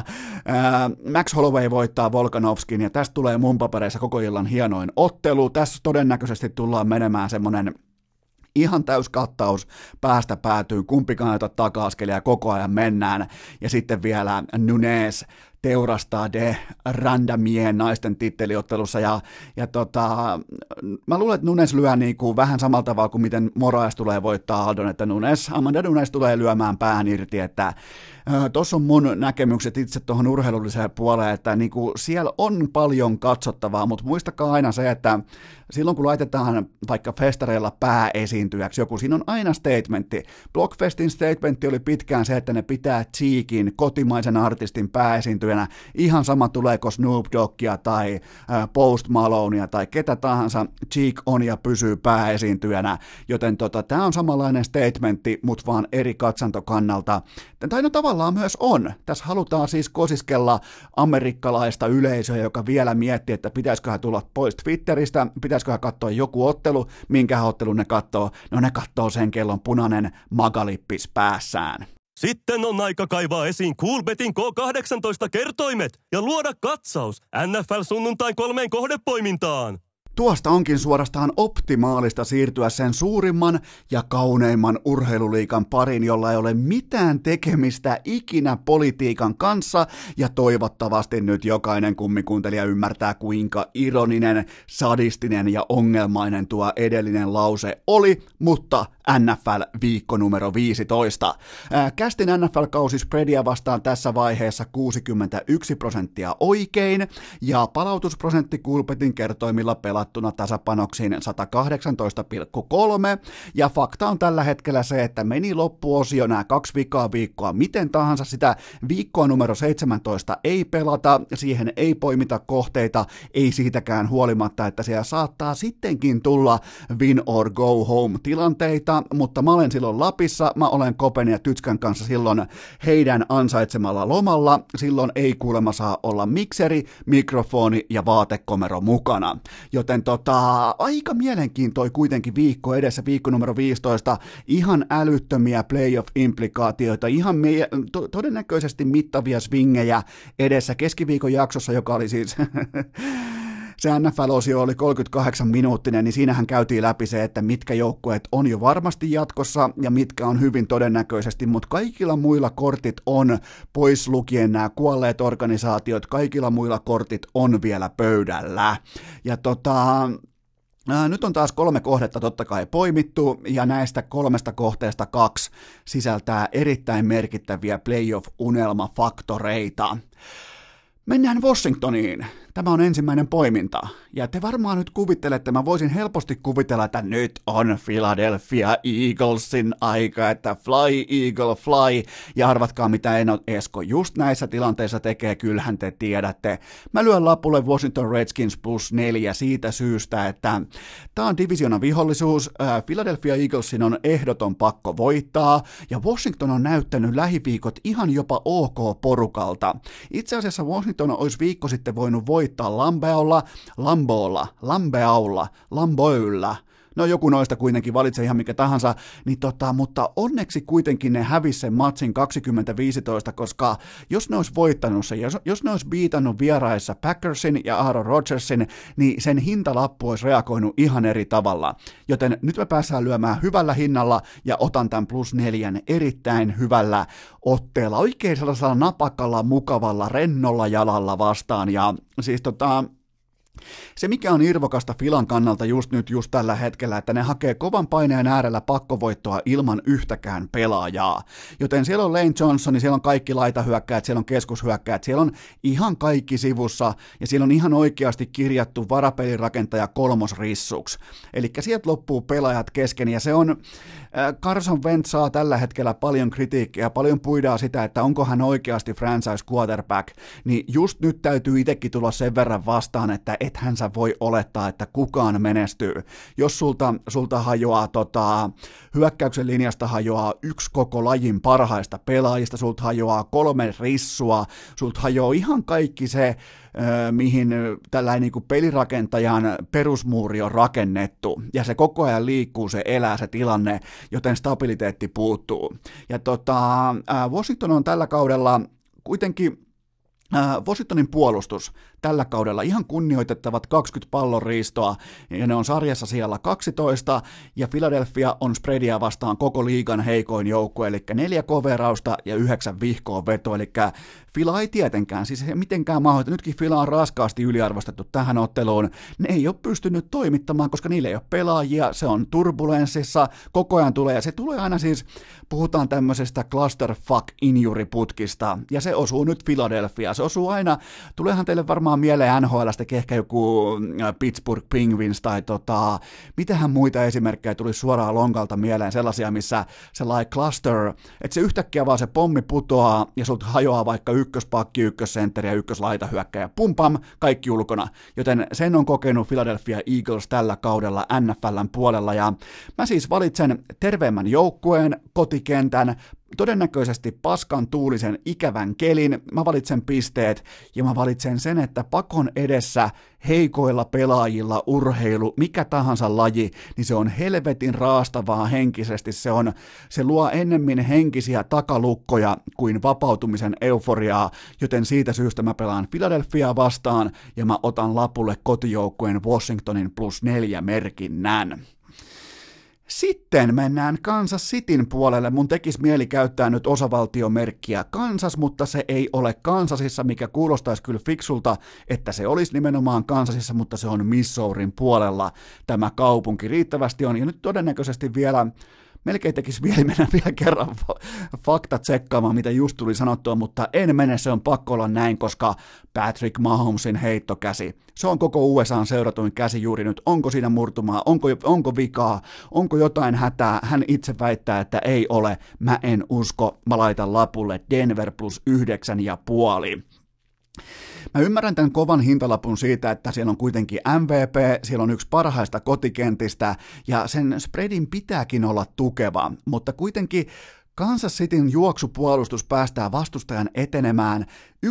Max Holloway voittaa Volkanovskin, ja tästä tulee mun papereissa koko illan hienoin ottelu, tässä todennäköisesti tullaan menemään semmonen ihan täys kattaus päästä päätyyn, kumpikaan ei ota taka-askelia, koko ajan mennään, ja sitten vielä Nunes teurastaa de randomien naisten titteliottelussa, ja mä luulen, että Nunes lyö niinku vähän samalla tavalla kuin miten Moraes tulee voittaa Aldon, että Amanda Nunes tulee lyömään pään irti, että tuossa on mun näkemykset itse tuohon urheilulliseen puoleen, että niinku siellä on paljon katsottavaa, mutta muistakaa aina se, että silloin kun laitetaan vaikka festareilla pääesiintyjäksi joku, siinä on aina statementti. Blockfestin statementti oli pitkään se, että ne pitää Cheekin, kotimaisen artistin pääesiintyjänä, esiintyjänä, ihan sama tuleeko Snoop Doggia tai Post Malonea tai ketä tahansa, Cheek on ja pysyy pääesiintyjänä, joten tämä on samanlainen statementti, mutta vaan eri katsantokannalta, tai no tavallaan myös on. Tässä halutaan siis kosiskella amerikkalaista yleisöä, joka vielä miettii, että pitäisiköhän tulla pois Twitteristä, pitäisiköhän katsoa joku ottelu, minkä ottelun ne katsoo, no ne katsoo sen kellon punainen magalippis päässään. Sitten on aika kaivaa esiin Coolbetin K18 kertoimet ja luoda katsaus NFL sunnuntain 3 kohdepoimintaan. Tuosta onkin suorastaan optimaalista siirtyä sen suurimman ja kauneimman urheiluliigan pariin, jolla ei ole mitään tekemistä ikinä politiikan kanssa, ja toivottavasti nyt jokainen kummikuuntelija ymmärtää, kuinka ironinen, sadistinen ja ongelmainen tuo edellinen lause oli, mutta NFL-viikko numero 15. Kästin NFL-kausi spreadia vastaan tässä vaiheessa 61% oikein, ja palautusprosentti Coolbetin kertoimilla pelattuna tasapanoksiin 118,3, ja fakta on tällä hetkellä se, että meni loppuosio nämä 2 vikaa viikkoa miten tahansa, sitä viikkoa numero 17 ei pelata, siihen ei poimita kohteita, ei siitäkään huolimatta, että siellä saattaa sittenkin tulla win or go home tilanteita, mutta mä olen silloin Lapissa, mä olen Kopen ja Tytskän kanssa silloin heidän ansaitsemalla lomalla, silloin ei kuulemma saa olla mikseri, mikrofoni ja vaatekomero mukana, joten aika mielenkiintoinen kuitenkin viikko edessä, viikko numero 15, ihan älyttömiä playoff-implikaatioita, ihan todennäköisesti mittavia swingejä edessä keskiviikon jaksossa, joka oli siis se NFL-osio oli 38-minuuttinen, niin siinähän käytiin läpi se, että mitkä joukkueet on jo varmasti jatkossa ja mitkä on hyvin todennäköisesti, mutta kaikilla muilla kortit on, pois lukien nämä kuolleet organisaatiot, kaikilla muilla kortit on vielä pöydällä. Ja nyt on taas 3 kohdetta totta kai poimittu, ja näistä 3 kohteesta 2 sisältää erittäin merkittäviä playoff-unelmafaktoreita. Mennään Washingtoniin. Tämä on ensimmäinen poiminta. Ja te varmaan nyt kuvittelette, mä voisin helposti kuvitella, että nyt on Philadelphia Eaglesin aika, että fly Eagle fly. Ja arvatkaa mitä Esko just näissä tilanteissa tekee, kyllähän te tiedätte. Mä lyön lapulle Washington Redskins +4 siitä syystä, että tää on divisioonan vihollisuus. Philadelphia Eaglesin on ehdoton pakko voittaa. Ja Washington on näyttänyt lähiviikot ihan jopa ok porukalta. Itse asiassa Washington olisi viikko sitten voinut voittaa Lambeaulla, no joku noista kuitenkin, valitse ihan mikä tahansa, niin mutta onneksi kuitenkin ne hävisi sen matsin 2015, koska jos ne olisi voittanut sen, jos ne olisi biitannut vieraissa Packersin ja Aaron Rodgersin, niin sen hintalappu olisi reagoinut ihan eri tavalla, joten nyt me päästään lyömään hyvällä hinnalla ja otan tämän +4 erittäin hyvällä otteella, oikein sellaisella napakalla, mukavalla, rennolla jalalla vastaan, ja siis se, mikä on irvokasta Filan kannalta just tällä hetkellä, että ne hakee kovan paineen äärellä pakkovoittoa ilman yhtäkään pelaajaa. Joten siellä on Lane Johnson, siellä on kaikki laitahyökkäät, siellä on keskushyökkäät, siellä on ihan kaikki sivussa, ja siellä on ihan oikeasti kirjattu varapelirakentaja kolmosrissuksi. Eli sieltä loppuu pelaajat kesken, ja se on Carson Wentz saa tällä hetkellä paljon kritiikkiä, paljon puidaan sitä, että onko hän oikeasti franchise quarterback, niin just nyt täytyy itsekin tulla sen verran vastaan, että ethän sä voi olettaa, että kukaan menestyy. Jos sulta hajoaa hyökkäyksen linjasta hajoaa yksi koko lajin parhaista pelaajista, sulta hajoaa 3 rissua, sulta hajoaa ihan kaikki se, mihin tällainen niin kuin pelirakentajan perusmuuri on rakennettu, ja se koko ajan liikkuu, se elää se tilanne, joten stabiliteetti puuttuu. Ja Washington on tällä kaudella kuitenkin Washingtonin puolustus tällä kaudella ihan kunnioitettavat 20 pallonriistoa, ja ne on sarjassa siellä 12, ja Philadelphia on spreadia vastaan koko liigan heikoin joukkue, eli 4 coverausta ja 9 vihkoon veto, eli Fila ei tietenkään, siis ei mitenkään mahdollista, nytkin Fila on raskaasti yliarvostettu tähän otteluun, ne ei ole pystynyt toimittamaan, koska niillä ei ole pelaajia, se on turbulenssissa, koko ajan tulee, ja se tulee aina siis, puhutaan tämmöisestä clusterfuck injury-putkista, ja se osuu nyt Philadelphia, se osuu aina, tuleehan teille varmaan mieleen NHL:stä ehkä joku Pittsburgh Penguins tai mitähän muita esimerkkejä tuli suoraan lonkalta mieleen, sellaisia, missä sellainen cluster, että se yhtäkkiä vaan se pommi putoaa ja sut hajoaa vaikka ykköspakki, ykkössentteri ja ykköslaitahyökkäjä, pum pam, kaikki ulkona, joten sen on kokenut Philadelphia Eagles tällä kaudella NFL:n puolella, ja mä siis valitsen terveemmän joukkueen, kotikentän, todennäköisesti paskan tuulisen ikävän kelin, mä valitsen pisteet ja mä valitsen sen, että pakon edessä heikoilla pelaajilla urheilu, mikä tahansa laji, niin se on helvetin raastavaa henkisesti, se luo ennemmin henkisiä takalukkoja kuin vapautumisen euforiaa, joten siitä syystä mä pelaan Philadelphiaa vastaan ja mä otan lapulle kotijoukkueen Washingtonin +4 merkinnän. Sitten mennään Kansas Cityn puolelle. Mun tekisi mieli käyttää nyt osavaltiomerkkiä Kansas, mutta se ei ole Kansasissa, mikä kuulostaisi kyllä fiksulta, että se olisi nimenomaan Kansasissa, mutta se on Missourin puolella tämä kaupunki. Riittävästi on, ja nyt todennäköisesti vielä melkein tekisi mennä vielä kerran fakta tsekkaamaan, mitä just tuli sanottua, mutta en mene, se on pakko olla näin, koska Patrick Mahomesin heittokäsi, se on koko USA:n seuratuin käsi juuri nyt. Onko siinä murtumaa, onko vikaa, onko jotain hätää? Hän itse väittää, että ei ole. Mä en usko, mä laitan lapulle Denver +9,5. Mä ymmärrän tämän kovan hintalapun siitä, että siellä on kuitenkin MVP, siellä on yksi parhaista kotikentistä ja sen spreadin pitääkin olla tukeva, mutta kuitenkin Kansas Cityn juoksupuolustus päästää vastustajan etenemään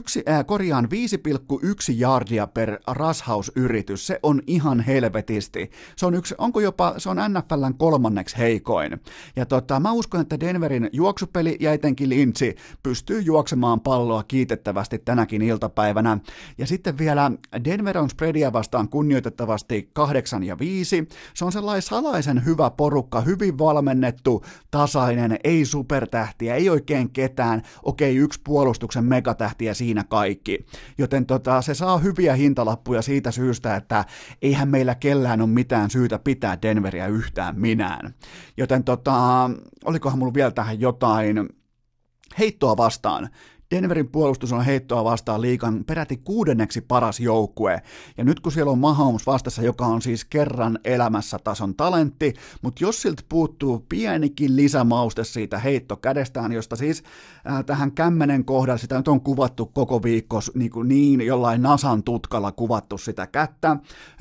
5,1 yardia per rushhouse-yritys. Se on ihan helvetisti. Se on NFL:n 3. heikoin. Ja mä uskon, että Denverin juoksupeli ja etenkin Lynch pystyy juoksemaan palloa kiitettävästi tänäkin iltapäivänä. Ja sitten vielä Denver on spreadia vastaan kunnioitettavasti 8 ja 5. Se on sellainen salaisen hyvä porukka, hyvin valmennettu, tasainen, ei supertähtiä, ei oikein ketään. Okei, yksi puolustuksen megatähti ja siinä kaikki. Joten se saa hyviä hintalappuja siitä syystä, että eihän meillä kellään ole mitään syytä pitää Denveriä yhtään minään. Joten olikohan mulla vielä tähän jotain heittoa vastaan. Denverin puolustus on heittoa vastaan liigan peräti 6. paras joukkue, ja nyt kun siellä on Mahomes vastassa, joka on siis kerran elämässä tason talentti, mutta jos siltä puuttuu pienikin lisämauste siitä heittokädestään, josta siis tähän kämmenen kohdalla sitä nyt on kuvattu koko viikko niin jollain nasan tutkalla kuvattu sitä kättä,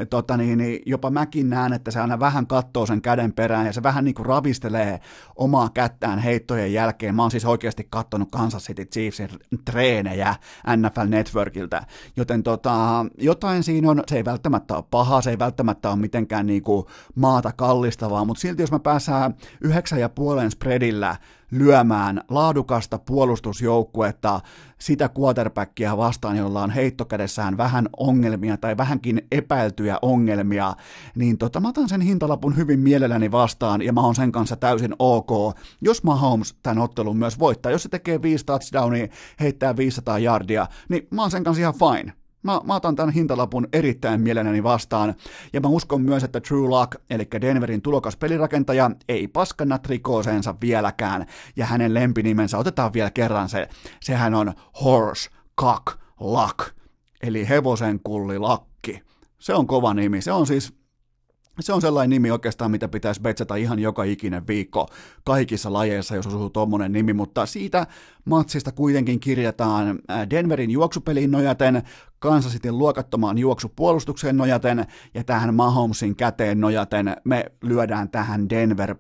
jopa mäkin näen, että se aina vähän katsoo sen käden perään ja se vähän niin kuin ravistelee omaa kättään heittojen jälkeen. Mä oon siis oikeasti katsonut Kansas City Chiefsin treenejä NFL Networkiltä, joten jotain siinä on, se ei välttämättä ole paha, se ei välttämättä ole mitenkään niinku maata kallistavaa, mutta silti jos mä pääsään 9,5 spreadillä lyömään laadukasta puolustusjoukkuetta sitä quarterbackia vastaan, jolla on heittokädessään vähän ongelmia tai vähänkin epäiltyjä ongelmia, niin mä otan sen hintalapun hyvin mielelläni vastaan ja mä oon sen kanssa täysin ok, jos Mahomes tämän ottelun myös voittaa. Jos se tekee 5 touchdownia, heittää 500 yardia, niin mä oon sen kanssa ihan fine. Mä otan tämän hintalapun erittäin mielelläni vastaan, ja mä uskon myös, että Drew Lock, eli Denverin tulokas pelirakentaja, ei paskanna trikooseensa vieläkään, ja hänen lempinimensä, otetaan vielä kerran sehän on Horse Cock Luck, eli hevosen kulli lakki. Se on kova nimi, se on sellainen nimi oikeastaan, mitä pitäisi betsata ihan joka ikinen viikko kaikissa lajeissa, jos osuu tommonen nimi, mutta siitä matsista kuitenkin kirjataan Denverin juoksupeliin nojaten, Kansas Cityn luokattomaan juoksupuolustukseen nojaten ja tähän Mahomesin käteen nojaten me lyödään tähän Denver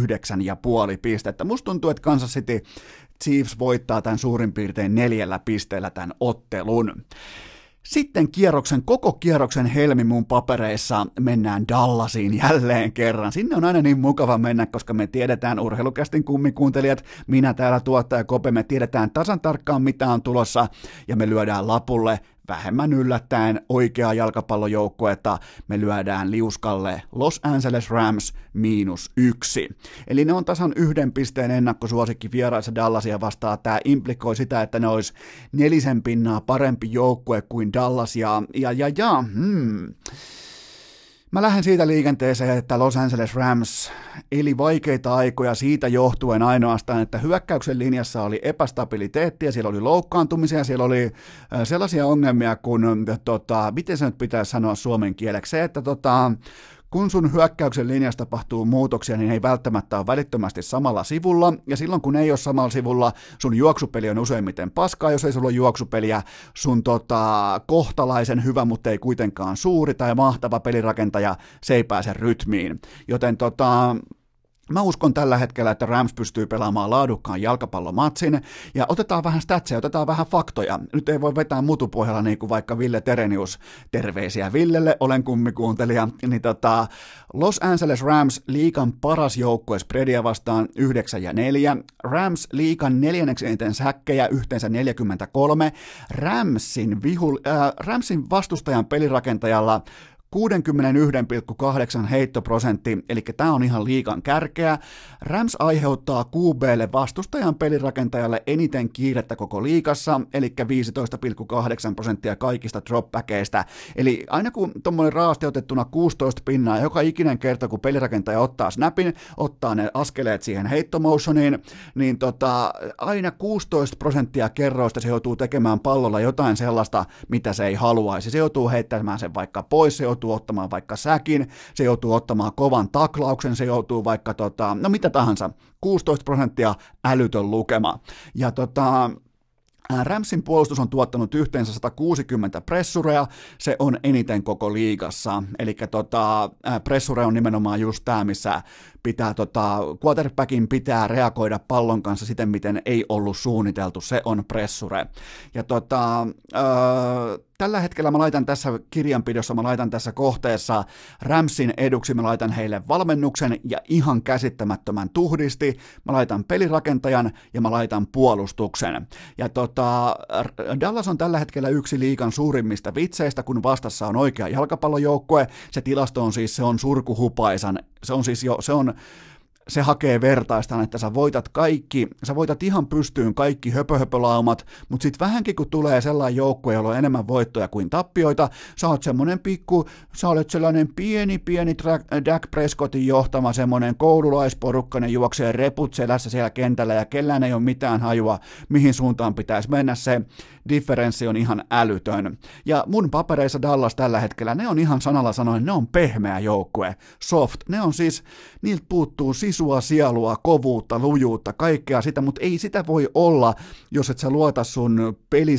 +9,5 pistettä. Musta tuntuu, että Kansas City Chiefs voittaa tämän suurin piirtein 4 pisteellä tämän ottelun. Sitten koko kierroksen helmi mun papereissa mennään Dallasiin jälleen kerran. Sinne on aina niin mukava mennä, koska me tiedetään urheilukästin kummikuuntelijat, minä täällä tuottaja Kope, me tiedetään tasan tarkkaan mitä on tulossa ja me lyödään lapulle vähemmän yllättäen oikeaa jalkapallojoukkuetta, me lyödään liuskalle Los Angeles Rams -1. Eli ne on tasan 1 pisteen ennakkosuosikki vieraissa Dallasia vastaan. Tämä implikoi sitä, että ne olisi 4 pinnaa parempi joukkue kuin Dallas Mä lähden siitä liikenteeseen, että Los Angeles Rams eli vaikeita aikoja siitä johtuen ainoastaan, että hyökkäyksen linjassa oli epästabiliteettia, siellä oli loukkaantumisia, siellä oli sellaisia ongelmia kuin, miten se nyt pitäisi sanoa suomen kieleksi, se, että kun sun hyökkäyksen linjassa tapahtuu muutoksia, niin ei välttämättä ole välittömästi samalla sivulla, ja silloin kun ei ole samalla sivulla, sun juoksupeli on useimmiten paskaa, jos ei sulla ole juoksupeliä, sun kohtalaisen hyvä, mutta ei kuitenkaan suuri tai mahtava pelirakentaja, se ei pääse rytmiin, joten mä uskon tällä hetkellä, että Rams pystyy pelaamaan laadukkaan jalkapallomatsin, ja otetaan vähän statseja, otetaan vähän faktoja. Nyt ei voi vetää mutupohjalla niin kuin vaikka Ville Terenius, terveisiä Villelle, olen kummikuuntelija, niin Los Angeles Rams liigan paras joukkue spreadia vastaan 9-4, Rams liigan 4. eniten säkkejä yhteensä 43, Ramsin vastustajan pelirakentajalla 61,8 heittoprosentti, eli tämä on ihan liigan kärkeä. Rams aiheuttaa QBlle vastustajan pelirakentajalle eniten kiirettä koko liigassa, eli 15,8% kaikista dropbackeista. Eli aina kun tuommoinen raasti otettuna 16 pinnaa, joka ikinen kerta kun pelirakentaja ottaa snapin, ottaa ne askeleet siihen heittomotioniin, niin aina 16% kerroista se joutuu tekemään pallolla jotain sellaista, mitä se ei haluaisi. Se joutuu heittämään sen vaikka pois, se joutuu ottamaan vaikka säkin, se joutuu ottamaan kovan taklauksen, se joutuu vaikka no mitä tahansa, 16% älytön lukema. Ja Ramsin puolustus on tuottanut yhteensä 160 pressureja, se on eniten koko liigassa, eli pressure on nimenomaan just tämä, missä pitää quarterbackin pitää reagoida pallon kanssa siten, miten ei ollut suunniteltu, se on pressure. Ja tällä hetkellä mä laitan tässä kirjanpidossa, mä laitan tässä kohteessa Ramsin eduksi, mä laitan heille valmennuksen ja ihan käsittämättömän tuhdisti, mä laitan pelirakentajan ja mä laitan puolustuksen. Ja Dallas on tällä hetkellä yksi liigan suurimmista vitseistä, kun vastassa on oikea jalkapallojoukkue, se tilasto on siis, se on surkuhupaisan, se on siis jo, se hakee vertaistaan, että sä voitat ihan pystyyn kaikki höpölaumat, mutta sitten vähänkin kun tulee sellainen joukkue, jolla on enemmän voittoja kuin tappioita, sä olet sellainen pieni Dak Prescottin johtama semmoinen koululaisporukka, ne juoksee reput selässä siellä kentällä ja kellään ei ole mitään hajua, mihin suuntaan pitäisi mennä, se differenssi on ihan älytön. Ja mun papereissa Dallas tällä hetkellä, ne on ihan sanalla sanoen, ne on pehmeä joukkue, soft, ne on siis, niiltä puuttuu sisua, sielua, kovuutta, lujuutta, kaikkea sitä, mutta ei sitä voi olla, jos et sä luota sun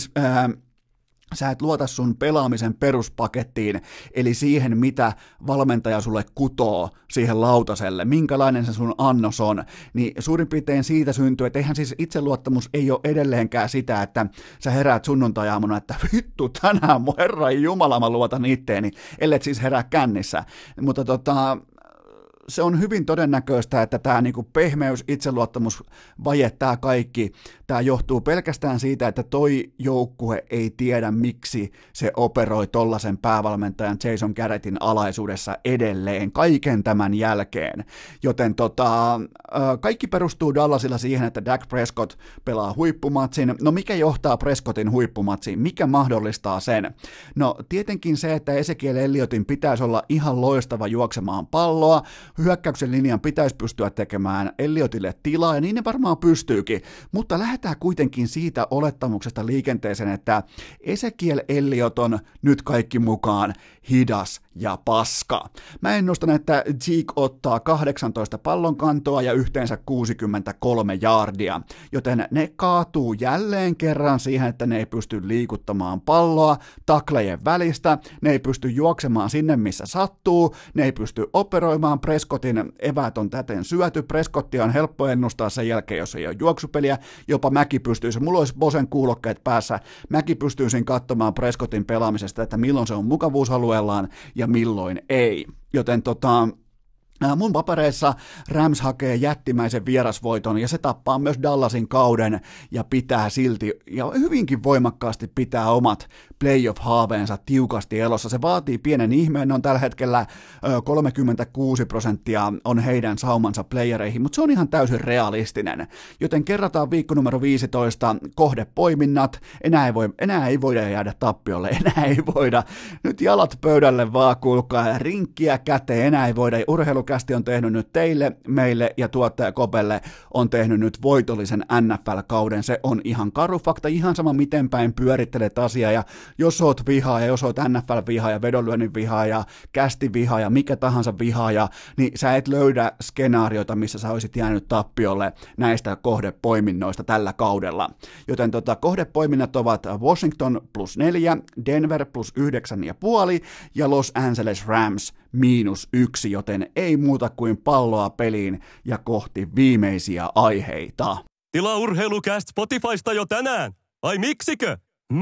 sä et luota sun pelaamisen peruspakettiin, eli siihen, mitä valmentaja sulle kutoo siihen lautaselle, minkälainen se sun annos on, niin suurin piirtein siitä syntyy, että eihän siis itseluottamus ei ole edelleenkään sitä, että sä heräät sunnuntai-aamuna, että vittu tänään mun herran jumala mä luotan itteeni, ellet siis herää kännissä, mutta se on hyvin todennäköistä, että tämä niinku pehmeys, itseluottamus, vaje, tämä kaikki, tämä johtuu pelkästään siitä, että toi joukkue ei tiedä, miksi se operoi tollaisen päävalmentajan Jason Garrettin alaisuudessa edelleen kaiken tämän jälkeen. Joten kaikki perustuu Dallasilla siihen, että Dak Prescott pelaa huippumatsin. No mikä johtaa Prescottin huippumatsiin? Mikä mahdollistaa sen? No tietenkin se, että Ezekiel Elliotin pitäisi olla ihan loistava juoksemaan palloa, hyökkäyksen linjan pitäisi pystyä tekemään Elliotille tilaa, ja niin ne varmaan pystyykin, mutta lähdetään kuitenkin siitä olettamuksesta liikenteeseen, että Ezekiel Elliot on nyt kaikki mukaan hidas ja paska. Mä ennustan, että Zeke ottaa 18 pallonkantoa ja yhteensä 63 jaardia, joten ne kaatuu jälleen kerran siihen, että ne ei pysty liikuttamaan palloa taklejen välistä, ne ei pysty juoksemaan sinne, missä sattuu, ne ei pysty operoimaan, Prescottin eväät on täten syöty, Prescottia on helppo ennustaa sen jälkeen, jos ei ole juoksupeliä, jopa mäkin pystyisin, mulla olisi Bosen kuulokkeet päässä, mäkin pystyisin katsomaan Prescottin pelaamisesta, että milloin se on mukavuusalueellaan ja milloin ei. Joten Mun papereissa Rams hakee jättimäisen vierasvoiton ja se tappaa myös Dallasin kauden ja pitää silti ja hyvinkin voimakkaasti pitää omat playoff-haaveensa tiukasti elossa. Se vaatii pienen ihmeen, ne on tällä hetkellä 36% on heidän saumansa playereihin, mutta se on ihan täysin realistinen. Joten kerrataan viikko numero 15 kohdepoiminnat, enää ei voida jäädä tappiolle, enää ei voida. Nyt jalat pöydälle vaan, kuulkaa, rinkkiä käteen, enää ei voida. Urheilukästi on tehnyt nyt teille, meille ja tuottaja Kopelle on tehnyt nyt voitollisen NFL-kauden. Se on ihan karu fakta, ihan sama miten päin pyörittelet asiaa ja jos oot vihaaja, jos oot NFL-vihaaja, vedonlyönnin vihaaja, kästi vihaaja, mikä tahansa vihaaja, niin sä et löydä skenaarioita, missä sä olisit jäänyt tappiolle näistä kohdepoiminnoista tällä kaudella. Joten kohdepoiminnat ovat Washington +4, Denver +9,5 ja Los Angeles Rams -1, joten ei muuta kuin palloa peliin ja kohti viimeisiä aiheita. Tilaa Urheilucast Spotifysta jo tänään. Ai miksikö?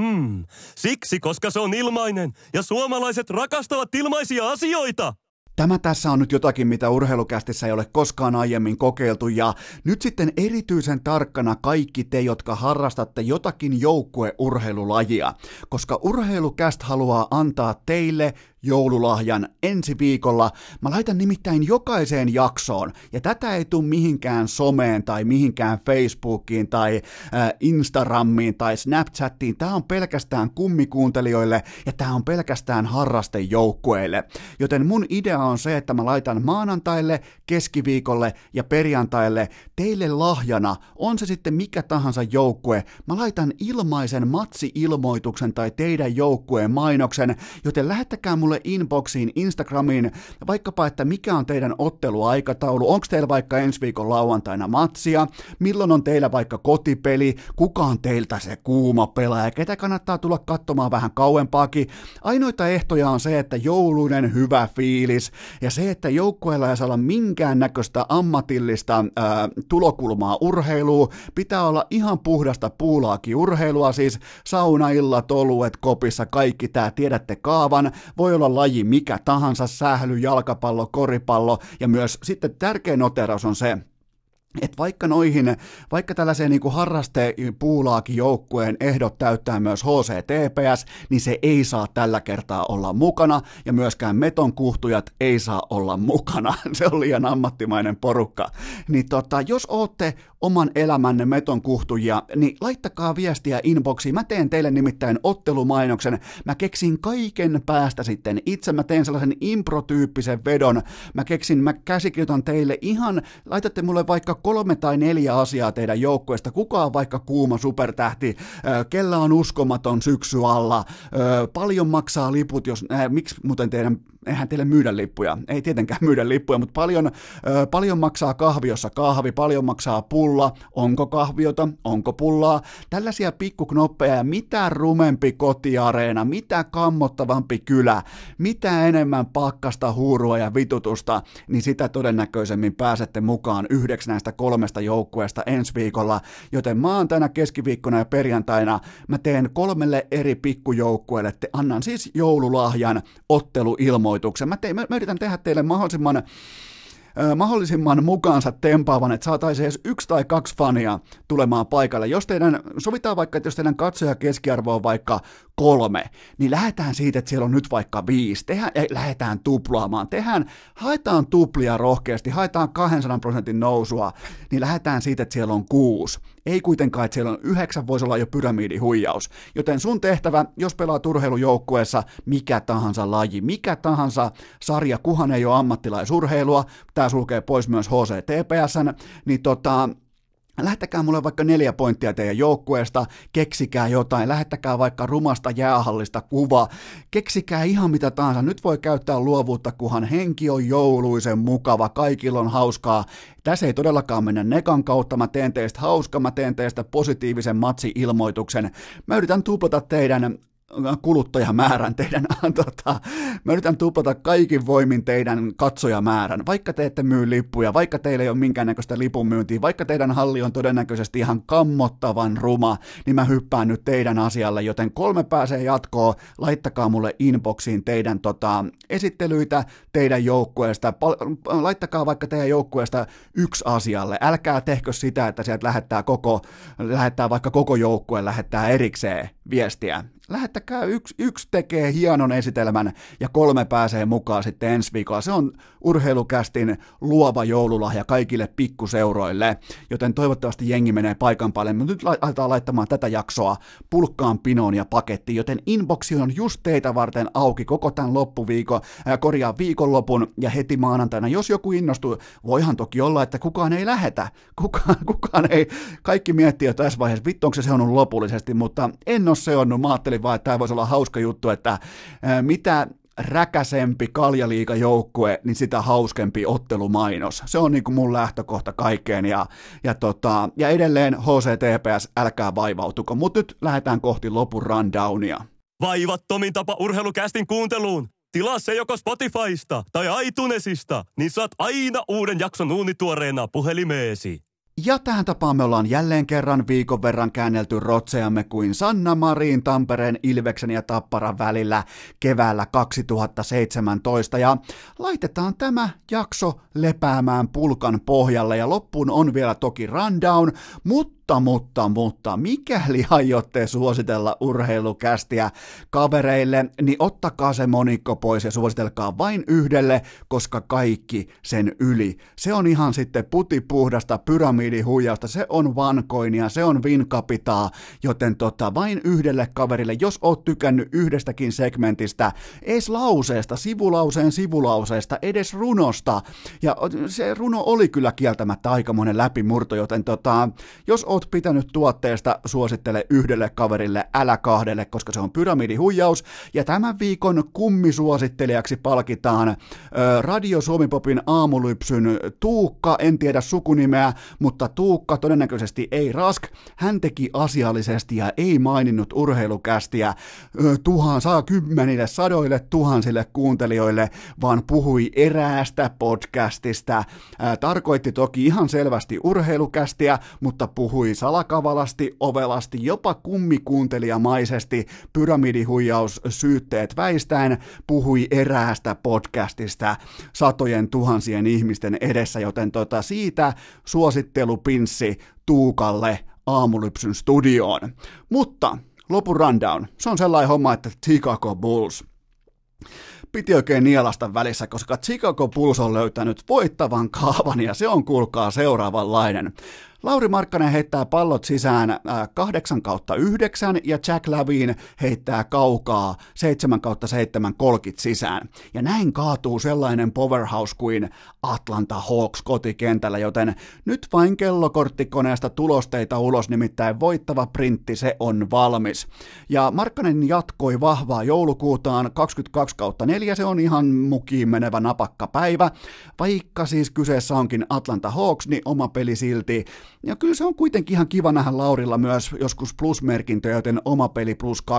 Siksi, koska se on ilmainen ja suomalaiset rakastavat ilmaisia asioita. Tämä tässä on nyt jotakin, mitä Urheilukästissä ei ole koskaan aiemmin kokeiltu, ja nyt sitten erityisen tarkkana kaikki te, jotka harrastatte jotakin joukkueurheilulajia, koska Urheilukäst haluaa antaa teille joululahjan ensi viikolla. Mä laitan nimittäin jokaiseen jaksoon, ja tätä ei tule mihinkään someen tai mihinkään Facebookiin tai Instagramiin tai Snapchattiin. Tää on pelkästään kummikuuntelijoille ja tää on pelkästään harrastejoukkueille. Joten mun idea on se, että mä laitan maanantaille, keskiviikolle ja perjantaille teille lahjana, on se sitten mikä tahansa joukkue, mä laitan ilmaisen matsi-ilmoituksen tai teidän joukkueen mainoksen, joten lähettäkää mulle inboxiin, Instagramiin, vaikkapa, että mikä on teidän otteluaikataulu, onko teillä vaikka ensi viikon lauantaina matsia, milloin on teillä vaikka kotipeli, kuka on teiltä se kuuma pelaaja, ketä kannattaa tulla katsomaan vähän kauempaakin. Ainoita ehtoja on se, että jouluinen hyvä fiilis ja se, että joukkueella ei saa olla minkäännäköistä ammatillista tulokulmaa urheiluun, pitää olla ihan puhdasta puulaakin urheilua, siis saunaillat, oluet, kopissa, kaikki tää, tiedätte kaavan, voi olla laji mikä tahansa, sähly, jalkapallo, koripallo ja myös sitten tärkein noteraus on se, että vaikka tällaiseen niin kuin harrastepuulaakin joukkueen ehdot täyttää myös HCTPS, niin se ei saa tällä kertaa olla mukana, ja myöskään metonkuhtujat ei saa olla mukana. Se on liian ammattimainen porukka. Niin jos ootte oman elämänne metonkuhtujia, niin laittakaa viestiä inboxiin. Mä teen teille nimittäin ottelumainoksen. Mä keksin kaiken päästä sitten itse. Mä teen sellaisen impro-tyyppisen vedon. Mä käsikirjoitan teille ihan, laitatte mulle vaikka 3 tai 4 asiaa teidän joukkueesta. Kuka on vaikka kuuma supertähti, kellä on uskomaton syksy alla, paljon maksaa liput, miksi muuten eihän teille myydä lippuja, ei tietenkään myydä lippuja, mutta paljon maksaa kahviossa kahvi, paljon maksaa pulla, onko kahviota, onko pullaa, tällaisia pikkuknoppeja ja mitä rumempi kotiareena, mitä kammottavampi kylä, mitä enemmän pakkasta, huurua ja vitutusta, niin sitä todennäköisemmin pääsette mukaan 9 näistä 3 joukkueesta ensi viikolla, joten maanantaina, keskiviikkona ja perjantaina mä teen 3 eri pikkujoukkueelle, annan siis joululahjan otteluilmoituksen. Mä yritän tehdä teille mahdollisimman mukaansa tempaavan, että saataisiin edes 1 tai 2 fania tulemaan paikalle. Sovitaan vaikka, että jos teidän katsoja keskiarvo on vaikka 3, niin lähdetään siitä, että siellä on nyt vaikka 5. Lähdetään tuplaamaan. Haetaan tuplia rohkeasti, haetaan 200% nousua, niin lähdetään siitä, että siellä on 6. Ei kuitenkaan, että siellä on 9, voisi olla jo pyramidihuijaus. Joten sun tehtävä, jos pelaat urheilujoukkueessa, mikä tahansa laji, mikä tahansa sarja, kuhan ei ole ammattilaisurheilua, tämä sulkee pois myös HCTPS:n, niin lähettäkää mulle vaikka 4 pointtia teidän joukkueesta, keksikää jotain, lähettäkää vaikka rumasta jäähallista kuva, keksikää ihan mitä tahansa, nyt voi käyttää luovuutta, kunhan henki on jouluisen mukava, kaikilla on hauskaa, tässä ei todellakaan mennä nekan kautta, mä teen teistä hauska, mä teen teistä positiivisen matsi-ilmoituksen, mä yritän tuplata teidän kuluttajamäärän teidän, mä yritän tuplata kaikin voimin teidän katsojamäärän, vaikka te ette myy lippuja, vaikka teillä ei ole minkäännäköistä lipunmyyntiä, vaikka teidän halli on todennäköisesti ihan kammottavan ruma, niin mä hyppään nyt teidän asialle, joten 3 pääsee jatkoon, laittakaa mulle inboxiin teidän esittelyitä teidän joukkueesta, laittakaa vaikka teidän joukkueesta 1 asialle, älkää tehkö sitä, että sieltä lähettää vaikka koko joukkue, lähettää erikseen viestiä. Lähettäkää yksi tekee hienon esitelmän ja 3 pääsee mukaan sitten ensi viikolla. Se on Urheilukästin luova joululahja kaikille pikkuseuroille, joten toivottavasti jengi menee paikan päälle. Mutta nyt aletaan laittamaan tätä jaksoa pulkkaan, pinoon ja pakettiin, joten inboxi on just teitä varten auki koko tämän viikonlopun ja heti maanantaina. Jos joku innostuu, voihan toki olla, että kukaan ei lähetä. Kukaan ei. Kaikki miettii jo tässä vaiheessa, vittu onko se seonnut lopullisesti, mutta en ole seonnut. Mä ajattelin vaan, että tämä voisi olla hauska juttu, että mitä räkäsempi kaljaliigajoukkue, niin sitä hauskempi ottelumainos. Se on niin kuin mun lähtökohta kaikkeen ja edelleen HCTPS, älkää vaivautuko, mutta nyt lähdetään kohti lopun rundownia. Vaivattomin tapa Urheilukästin kuunteluun. Tilaa se joko Spotifysta tai iTunesista, niin saat aina uuden jakson uunituoreena puhelimeesi. Ja tähän tapaan me ollaan jälleen kerran viikon verran käännelty rotseamme kuin Sanna Marin Tampereen Ilveksen ja Tapparan välillä keväällä 2017 ja laitetaan tämä jakso lepäämään pulkan pohjalle ja loppuun on vielä toki rundown, mutta mikäli aiotte suositella Urheilukästiä kavereille, niin ottakaa se monikko pois ja suositelkaa vain yhdelle, koska kaikki sen yli. Se on ihan sitten putipuhdasta pyramidihuijausta, se on vankoinia, se on vinkapitaa, joten vain yhdelle kaverille, jos oot tykännyt yhdestäkin segmentistä, edes lauseesta, sivulauseesta, edes runosta, ja se runo oli kyllä kieltämättä aikamoinen läpimurto, joten jos oot pitänyt tuotteesta, suosittele yhdelle kaverille, älä 2, koska se on pyramidihuijaus. Ja tämän viikon kummisuosittelijaksi palkitaan Radio Suomi-popin aamulypsyn Tuukka, en tiedä sukunimeä, mutta Tuukka todennäköisesti ei Rask. Hän teki asiallisesti ja ei maininnut Urheilukästiä kymmenille, sadoille tuhansille kuuntelijoille, vaan puhui eräästä podcastista. Tarkoitti toki ihan selvästi Urheilukästiä, mutta puhui salakavalasti, ovelasti, jopa kummikuuntelijamaisesti, pyramidihuijaus syytteet väistäen, puhui eräästä podcastista satojen tuhansien ihmisten edessä, joten siitä suosittelupinssi Tuukalle aamulypsyn studioon. Mutta lopun rundown, se on sellainen homma, että Chicago Bulls piti oikein nielasta välissä, koska Chicago Bulls on löytänyt voittavan kaavan ja se on kuulkaa seuraavanlainen. Lauri Markkanen heittää pallot sisään 8/9 ja Jack Lavin heittää kaukaa 7/7 kolkit sisään. Ja näin kaatuu sellainen powerhouse kuin Atlanta Hawks kotikentällä, joten nyt vain kellokorttikoneesta tulosteita ulos, nimittäin voittava printti, se on valmis. Ja Markkanen jatkoi vahvaa joulukuutaan 22/4, se on ihan mukiin menevä napakka päivä. Vaikka siis kyseessä onkin Atlanta Hawks, niin oma peli silti. Ja kyllä se on kuitenkin ihan kiva nähdä Laurilla myös joskus plusmerkintöjä, joten oma peli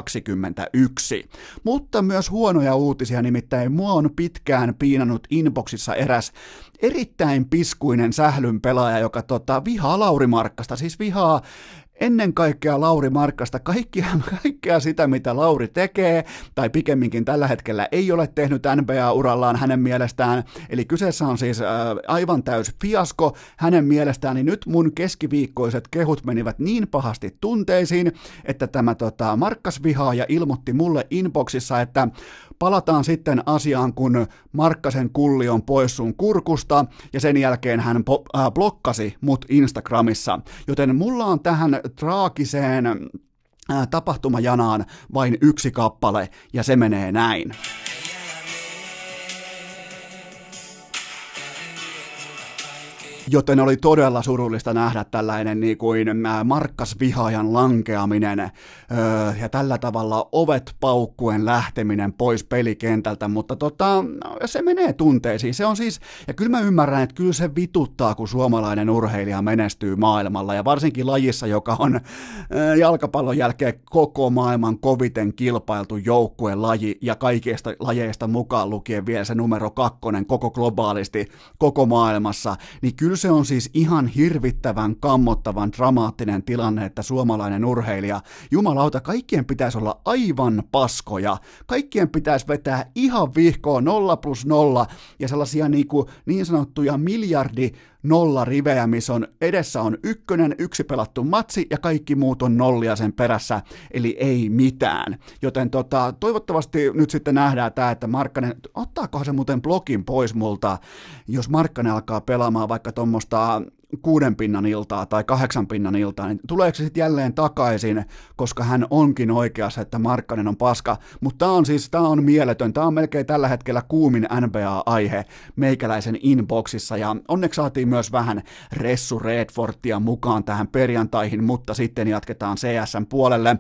+21. Mutta myös huonoja uutisia, nimittäin mua on pitkään piinannut inboxissa eräs erittäin piskuinen sählyn pelaaja, joka vihaa Lauri Markkasta, siis vihaa ennen kaikkea Lauri Markkasta kaikkea sitä, mitä Lauri tekee, tai pikemminkin tällä hetkellä ei ole tehnyt NBA-urallaan hänen mielestään, eli kyseessä on siis aivan täys fiasko hänen mielestään, niin nyt mun keskiviikkoiset kehut menivät niin pahasti tunteisiin, että tämä Markkas vihaa ja ilmoitti mulle inboxissa, että palataan sitten asiaan, kun Markkasen kulli on pois sun kurkusta, ja sen jälkeen hän blokkasi mut Instagramissa, joten mulla on tähän traagiseen tapahtumajanaan vain yksi kappale, ja se menee näin. Joten oli todella surullista nähdä tällainen niin kuin Markkas-vihaajan lankeaminen ja tällä tavalla ovet paukkuen lähteminen pois pelikentältä, mutta se menee tunteisiin. Se on siis, ja kyllä mä ymmärrän, että kyllä se vituttaa, kun suomalainen urheilija menestyy maailmalla, ja varsinkin lajissa, joka on jalkapallon jälkeen koko maailman koviten kilpailtu joukkuelaji, ja kaikista lajeista mukaan lukien vielä se numero 2 koko globaalisti, koko maailmassa, niin kyllä se on siis ihan hirvittävän kammottavan dramaattinen tilanne, että suomalainen urheilija, jumalauta, kaikkien pitäisi olla aivan paskoja, kaikkien pitäisi vetää ihan vihkoon 0+0 ja sellaisia niin sanottuja miljardi-nolla-rivejä, missä on edessä on yksi pelattu matsi ja kaikki muut on nollia sen perässä, eli ei mitään. Joten toivottavasti nyt sitten nähdään tämä, että Markkanen, ottaakohan se muuten blogin pois multa, jos Markkanen alkaa pelaamaan vaikka tuommoista 6 pinnan iltaa tai 8 pinnan iltaa, niin tuleeko se sitten jälleen takaisin, koska hän onkin oikeassa, että Markkanen on paska, mutta tämä on mieletön, tämä on melkein tällä hetkellä kuumin NBA-aihe meikäläisen inboxissa, ja onneksi saatiin myös vähän Ressu Redfordia mukaan tähän perjantaihin, mutta sitten jatketaan CS:n puolelle.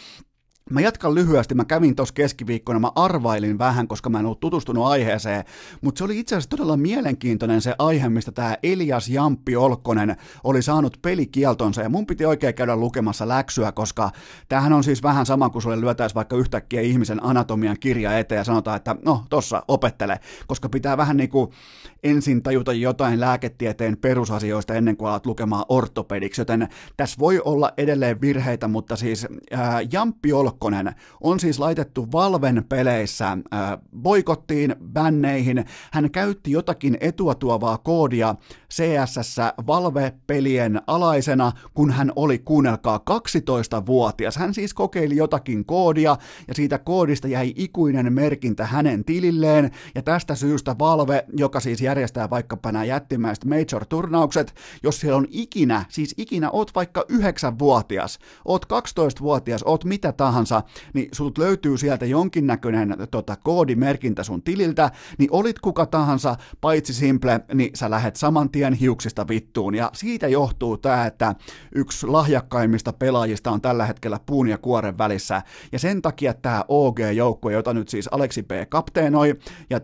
Mä jatkan lyhyesti, mä kävin tuossa keskiviikkona, mä arvailin vähän, koska mä en ollut tutustunut aiheeseen, mutta se oli itse asiassa todella mielenkiintoinen se aihe, mistä tää Elias Jamppi Olkkonen oli saanut pelikieltonsa, ja mun piti oikein käydä lukemassa läksyä, koska tämähän on siis vähän sama kuin sulle lyötäisi vaikka yhtäkkiä ihmisen anatomian kirja eteen ja sanotaan, että no tossa, opettele, koska pitää vähän niinku ensin tajuta jotain lääketieteen perusasioista ennen kuin alat lukemaan ortopediksi, joten tässä voi olla edelleen virheitä, mutta siis Jamppi Olkkonen on siis laitettu Valven peleissä boikottiin, bänneihin. Hän käytti jotakin etua tuovaa koodia CS:ssä Valve-pelien alaisena, kun hän oli, kuunnelkaa, 12-vuotias. Hän siis kokeili jotakin koodia, ja siitä koodista jäi ikuinen merkintä hänen tililleen, ja tästä syystä Valve, joka siis järjestää vaikkapa nämä jättimäiset Major-turnaukset, jos siellä on ikinä oot vaikka 9-vuotias, oot 12-vuotias, oot mitä tahansa, niin sulta löytyy sieltä jonkinnäköinen koodimerkintä sun tililtä, niin olit kuka tahansa, paitsi Simple, niin sä lähet saman tien hiuksista vittuun, ja siitä johtuu tämä, että yksi lahjakkaimmista pelaajista on tällä hetkellä puun ja kuoren välissä, ja sen takia tämä OG-joukkue, jota nyt siis Aleksi P. kapteenoi ja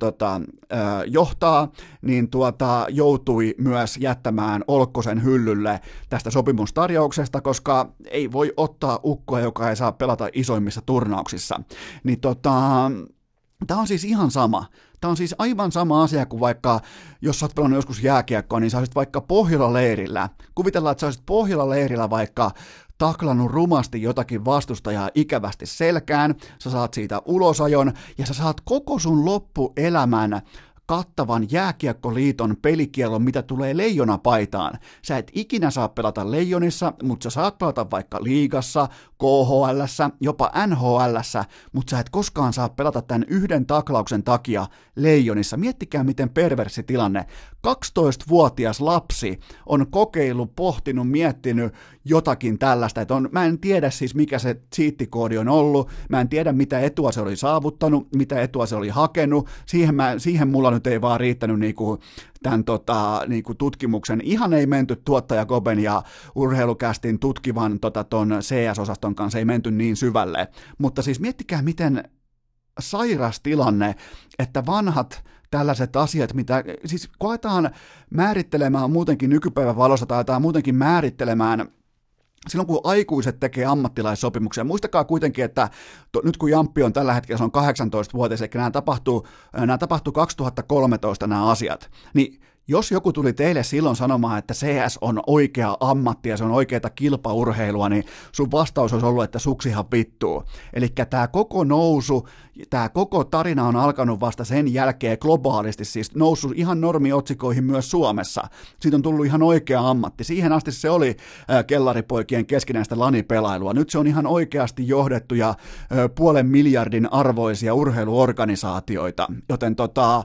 johtaa, niin joutui myös jättämään Olkkosen hyllylle tästä sopimustarjouksesta, koska ei voi ottaa ukkoa, joka ei saa pelata isoimmissa turnauksissa. Niin tämä on siis ihan sama. Tämä on siis aivan sama asia kuin vaikka, jos sä oot pelannut joskus jääkiekkoa, niin sä olisit vaikka Pohjola-leirillä. Kuvitellaan, että sä olisit Pohjola-leirillä vaikka taklannut rumasti jotakin vastustajaa ikävästi selkään, sä saat siitä ulosajon, ja sä saat koko sun loppuelämän kattavan Jääkiekkoliiton pelikiellon, mitä tulee leijonapaitaan. Sä et ikinä saa pelata leijonissa, mutta sä saat pelata vaikka liigassa, KHL:ssä, jopa NHL:ssä, mutta sä et koskaan saa pelata tämän yhden taklauksen takia leijonissa. Miettikää, miten perversi tilanne. 12-vuotias lapsi on kokeillut, pohtinut, miettinyt jotakin tällaista, että mä en tiedä siis mikä se cheat-koodi on ollut, mä en tiedä mitä etua se oli saavuttanut, mitä etua se oli hakenut, siihen mulla nyt ei vaan riittänyt tämän tutkimuksen, ihan ei menty tuottaja Goben ja urheilukästin tutkivan ton CS-osaston kanssa, ei menty niin syvälle, mutta siis miettikää miten sairas tilanne, että vanhat tällaiset asiat, mitä siis koetaan määrittelemään muutenkin nykypäivän valossa, tai aletaan muutenkin määrittelemään silloin kun aikuiset tekee ammattilaissopimuksia. Muistakaa kuitenkin, että nyt kun Jamppi on tällä hetkellä, se on 18-vuotias, eli nämä tapahtuu 2013 nämä asiat, niin jos joku tuli teille silloin sanomaan, että CS on oikea ammatti ja se on oikeaa kilpaurheilua, niin sun vastaus olisi ollut, että suksihan vittuu. Eli tämä koko nousu, tämä koko tarina on alkanut vasta sen jälkeen globaalisti, siis noussut ihan normiotsikoihin myös Suomessa. Siitä on tullut ihan oikea ammatti. Siihen asti se oli kellaripoikien keskinäistä lanipelailua. Nyt se on ihan oikeasti johdettuja 500 miljardin arvoisia urheiluorganisaatioita, joten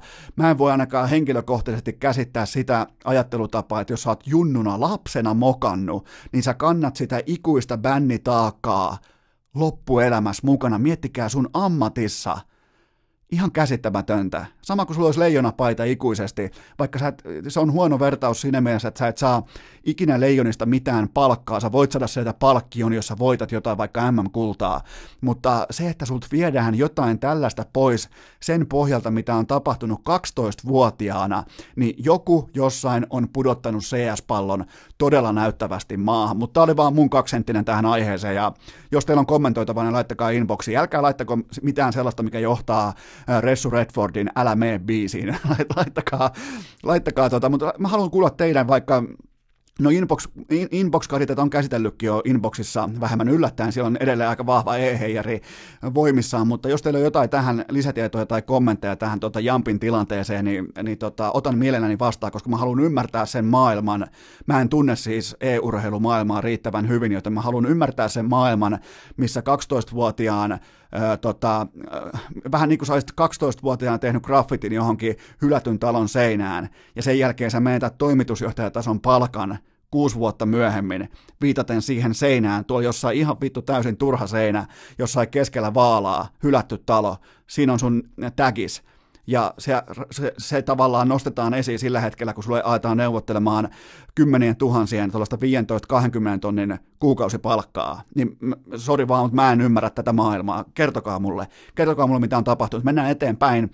mä en voi ainakaan henkilökohtaisesti käsittää sitä ajattelutapaa, että jos sä oot junnuna lapsena mokannut, niin sä kannat sitä ikuista bännitaakkaa loppuelämässä mukana. Miettikää sun ammatissa Ihan käsittämätöntä. Sama kuin sulla olisi leijonapaita ikuisesti, vaikka se on huono vertaus siinä mielessä, että sä et saa ikinä leijonista mitään palkkaa. Sä voit saada sieltä palkkion, jos sä voitat jotain vaikka MM-kultaa, mutta se, että sulta viedään jotain tällaista pois sen pohjalta, mitä on tapahtunut 12-vuotiaana, niin joku jossain on pudottanut CS-pallon todella näyttävästi maahan, mutta tää oli vaan mun 2-senttinen tähän aiheeseen, ja jos teillä on kommentoitavaa, niin laittakaa inboxiin. Älkää laittako mitään sellaista, mikä johtaa Ressu Redfordin Älä mee biisiin. Laittakaa mutta mä haluan kuulla teidän vaikka, no inbox-kaditet on käsitellytkin jo inboxissa vähemmän yllättäen, siellä on edelleen aika vahva e-heijari voimissaan, mutta jos teillä on jotain tähän lisätietoja tai kommentteja tähän Jampin tilanteeseen, niin otan mielelläni vastaan, koska mä haluan ymmärtää sen maailman. Mä en tunne siis e-urheilumaailmaa riittävän hyvin, joten mä haluan ymmärtää sen maailman, missä 12-vuotiaan vähän niin kuin sä olisit 12-vuotiaana tehnyt graffitin johonkin hylätyn talon seinään, ja sen jälkeen sä menetät toimitusjohtajatason palkan 6 vuotta myöhemmin, viitaten siihen seinään, tuolla jossain ihan vittu täysin turha seinä, jossain keskellä Vaalaa, hylätty talo, siinä on sun tagis, ja se tavallaan nostetaan esiin sillä hetkellä, kun sulle aletaan neuvottelemaan 10 000 tuollaista 15-20 tonnin kuukausipalkkaa, niin sori vaan, mutta mä en ymmärrä tätä maailmaa. Kertokaa mulle, mitä on tapahtunut. Mennään eteenpäin.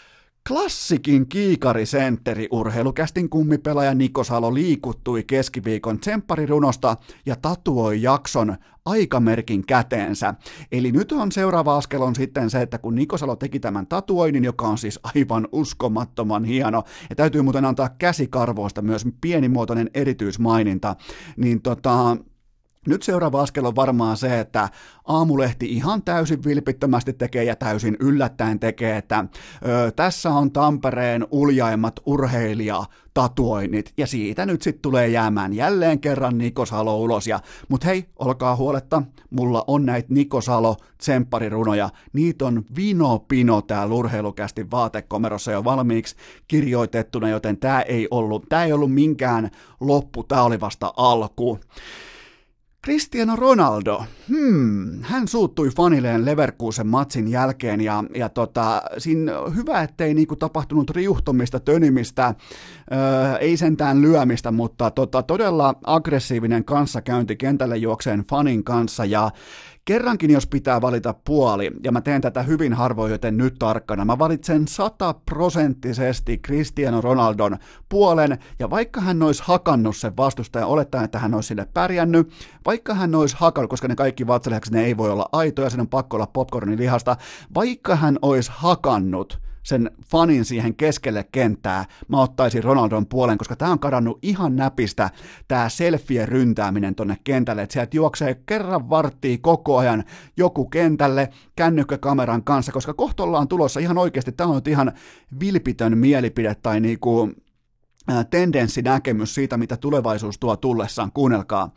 Klassikin kiikarisentteri urheilukästin kummipelaaja Niko Salo liikuttui keskiviikon tsempparirunosta ja tatuoi jakson aikamerkin käteensä. Eli nyt on seuraava askel on sitten se, että kun Niko Salo teki tämän tatuoinnin, joka on siis aivan uskomattoman hieno, ja täytyy muuten antaa käsikarvoista myös pienimuotoinen erityismaininta, niin nyt seuraava askel on varmaan se, että Aamulehti ihan täysin vilpittömästi tekee ja täysin yllättäen tekee, että tässä on Tampereen uljaimmat urheilijatatuoinnit, ja siitä nyt sitten tulee jäämään jälleen kerran Niko Salo ulos. Mutta hei, olkaa huoletta, mulla on näitä Niko Salo tsempparirunoja, niitä on vino-pino täällä urheilukästin vaatekomerossa jo valmiiksi kirjoitettuna, joten tää ei ollut minkään loppu, tää oli vasta alku. Cristiano Ronaldo, hän suuttui fanilleen Leverkusen matsin jälkeen ja siinä hyvä, ettei niinku tapahtunut riuhtomista, tönimistä, ei sentään lyömistä, mutta todella aggressiivinen kanssakäynti kentälle juokseen fanin kanssa ja kerrankin, jos pitää valita puoli, ja mä teen tätä hyvin harvoin, joten nyt tarkkana, mä valitsen 100% Cristiano Ronaldon puolen, ja vaikka hän olisi hakannut sen vastustajan, olettaen, että hän olisi sille pärjännyt, vaikka hän olisi hakannut, koska ne kaikki vatsalihakset, ne ei voi olla aitoja, sen on pakko olla popcornin lihasta, vaikka hän olisi hakannut sen fanin siihen keskelle kenttää, mä ottaisin Ronaldon puolen, koska tää on kadannut ihan näpistä tää selfien ryntääminen tonne kentälle, että sieltä juoksee kerran varttia koko ajan joku kentälle kännykkäkameran kanssa, koska kohta ollaan tulossa ihan oikeasti, tää on nyt ihan vilpitön mielipide tai niinku tendenssinäkemys siitä, mitä tulevaisuus tuo tullessaan, kuunnelkaa.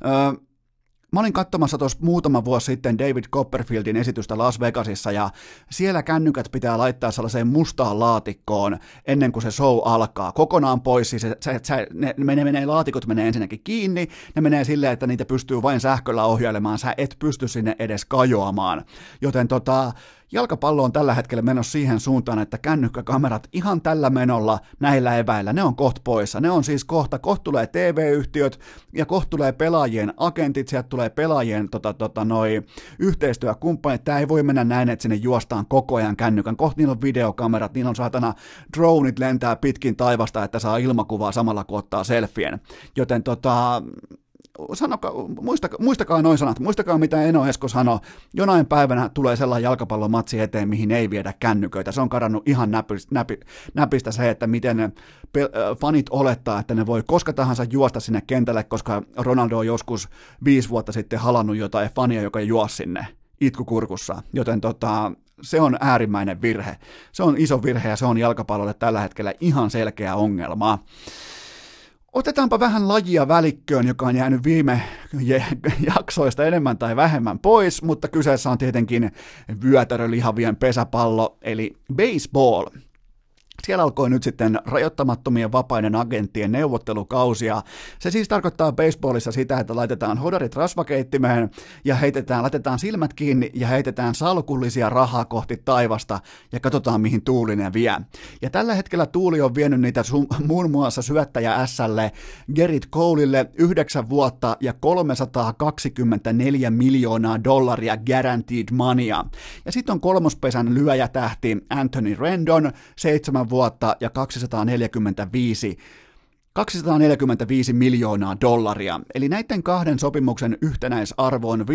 Mä olin katsomassa tuossa muutama vuosi sitten David Copperfieldin esitystä Las Vegasissa, ja siellä kännykät pitää laittaa sellaiseen mustaan laatikkoon ennen kuin se show alkaa. Kokonaan pois, siis laatikot menee ensinnäkin kiinni, ne menee silleen, että niitä pystyy vain sähköllä ohjailemaan, sä et pysty sinne edes kajoamaan. Joten jalkapallo on tällä hetkellä menossa siihen suuntaan, että kännykkäkamerat ihan tällä menolla näillä eväillä, ne on kohta poissa. Ne on siis kohta tulee TV-yhtiöt ja kohta tulee pelaajien agentit, sieltä tulee pelaajien yhteistyökumppanit. Tämä ei voi mennä näin, että sinne juostaan koko ajan kännykän. Kohta niillä on videokamerat, niillä on saatana droneit lentää pitkin taivasta, että saa ilmakuvaa samalla kun ottaa selfien. Joten muistakaa noin sanat, muistakaa mitä Eno Esko sanoi, jonain päivänä tulee sellainen jalkapallomatsi eteen, mihin ei viedä kännyköitä, se on kadannut ihan näpistä se, että miten fanit olettaa, että ne voi koska tahansa juosta sinne kentälle, koska Ronaldo on joskus 5 vuotta sitten halannut jotain fania, joka juosi sinne itkukurkussa, joten se on äärimmäinen virhe, se on iso virhe ja se on jalkapallolle tällä hetkellä ihan selkeä ongelma. Otetaanpa vähän lajia välikköön, joka on jäänyt viime jaksoista enemmän tai vähemmän pois, mutta kyseessä on tietenkin vyötärölihavien pesäpallo, eli baseball. Siellä alkoi nyt sitten rajoittamattomien vapaiden agenttien neuvottelukausia. Se siis tarkoittaa baseballissa sitä, että laitetaan hodarit rasvakeittimeen ja laitetaan silmät kiinni ja heitetään salkullisia rahaa kohti taivasta ja katsotaan mihin tuuli ne vie. Ja tällä hetkellä tuuli on vienyt niitä muun muassa syöttäjä S:lle Gerrit Colelle 9 vuotta ja $324 miljoonaa guaranteed moneya. Ja sitten on kolmospesän lyöjätähti Anthony Rendon 7 vuotta ja $245 miljoonaa. Eli näiden kahden sopimuksen yhtenäisarvo on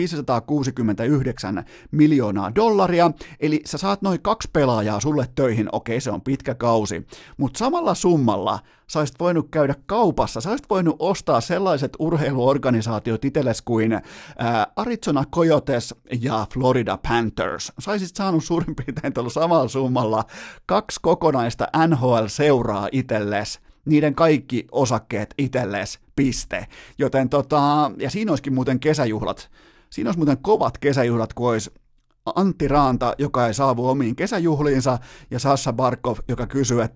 $569 miljoonaa. Eli sä saat noin 2 pelaajaa sulle töihin, okei se on pitkä kausi, mutta samalla summalla sä olisit voinut käydä kaupassa, sä olisit voinut ostaa sellaiset urheiluorganisaatiot itsellesi kuin Arizona Coyotes ja Florida Panthers. Sä olisit saanut suurin piirtein tuolla samalla summalla 2 kokonaista NHL-seuraa itsellesi, niiden kaikki osakkeet itsellesi, piste. Joten ja siinä olisikin muuten kesäjuhlat. Siinä olisi muuten kovat kesäjuhlat, kun olisi Antti Raanta, joka ei saavu omiin kesäjuhliinsa, ja Sasha Barkov, joka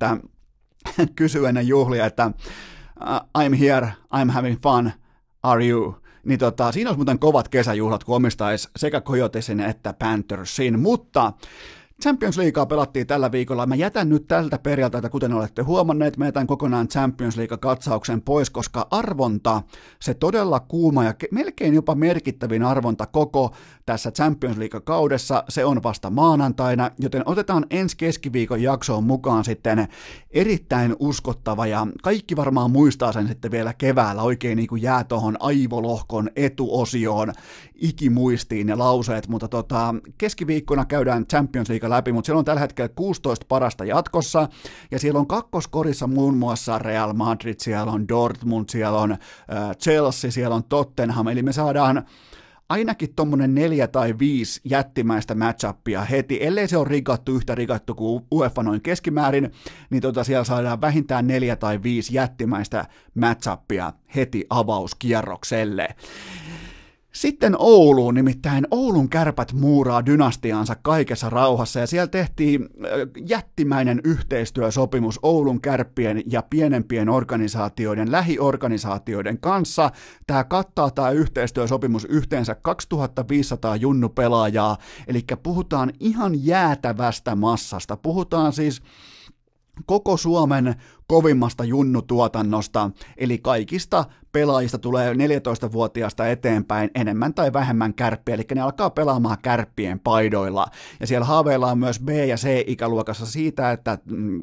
kysyy ennen juhlia, että I'm here, I'm having fun, are you? Niin siinä olisi muuten kovat kesäjuhlat, kun omistaisi sekä Coyotesin että Panthersin, mutta Champions Leaguea pelattiin tällä viikolla. Mä jätän nyt tältä perjantailta, kuten olette huomanneet, mä jätän kokonaan Champions League-katsauksen pois, koska arvonta, se todella kuuma ja melkein jopa merkittävin arvonta koko tässä Champions League-kaudessa, se on vasta maanantaina, joten otetaan ensi keskiviikon jaksoon mukaan sitten erittäin uskottava, ja kaikki varmaan muistaa sen sitten vielä keväällä, oikein niin kuin jää tuohon aivolohkon etuosioon, ikimuistiin ne lauseet, mutta keskiviikkona käydään Champions League läpi, mutta siellä on tällä hetkellä 16 parasta jatkossa, ja siellä on kakkoskorissa muun muassa Real Madrid, siellä on Dortmund, siellä on Chelsea, siellä on Tottenham, eli me saadaan ainakin tuommoinen 4 tai 5 jättimäistä match-upia heti, ellei se ole yhtä rigattu kuin UEFA noin keskimäärin, niin siellä saadaan vähintään 4 tai 5 jättimäistä match-upia heti avauskierrokselle. Sitten Ouluun, nimittäin Oulun Kärpät muuraa dynastiaansa kaikessa rauhassa, ja siellä tehtiin jättimäinen yhteistyösopimus Oulun Kärppien ja pienempien organisaatioiden, lähiorganisaatioiden kanssa. Tämä yhteistyösopimus yhteensä 2500 junnupelaajaa, eli puhutaan ihan jäätävästä massasta, puhutaan siis koko Suomen kovimmasta junnutuotannosta, eli kaikista pelaajista tulee 14-vuotiaasta eteenpäin enemmän tai vähemmän Kärppiä, eli ne alkaa pelaamaan Kärppien paidoilla, ja siellä haaveillaan myös B- ja C-ikäluokassa siitä, että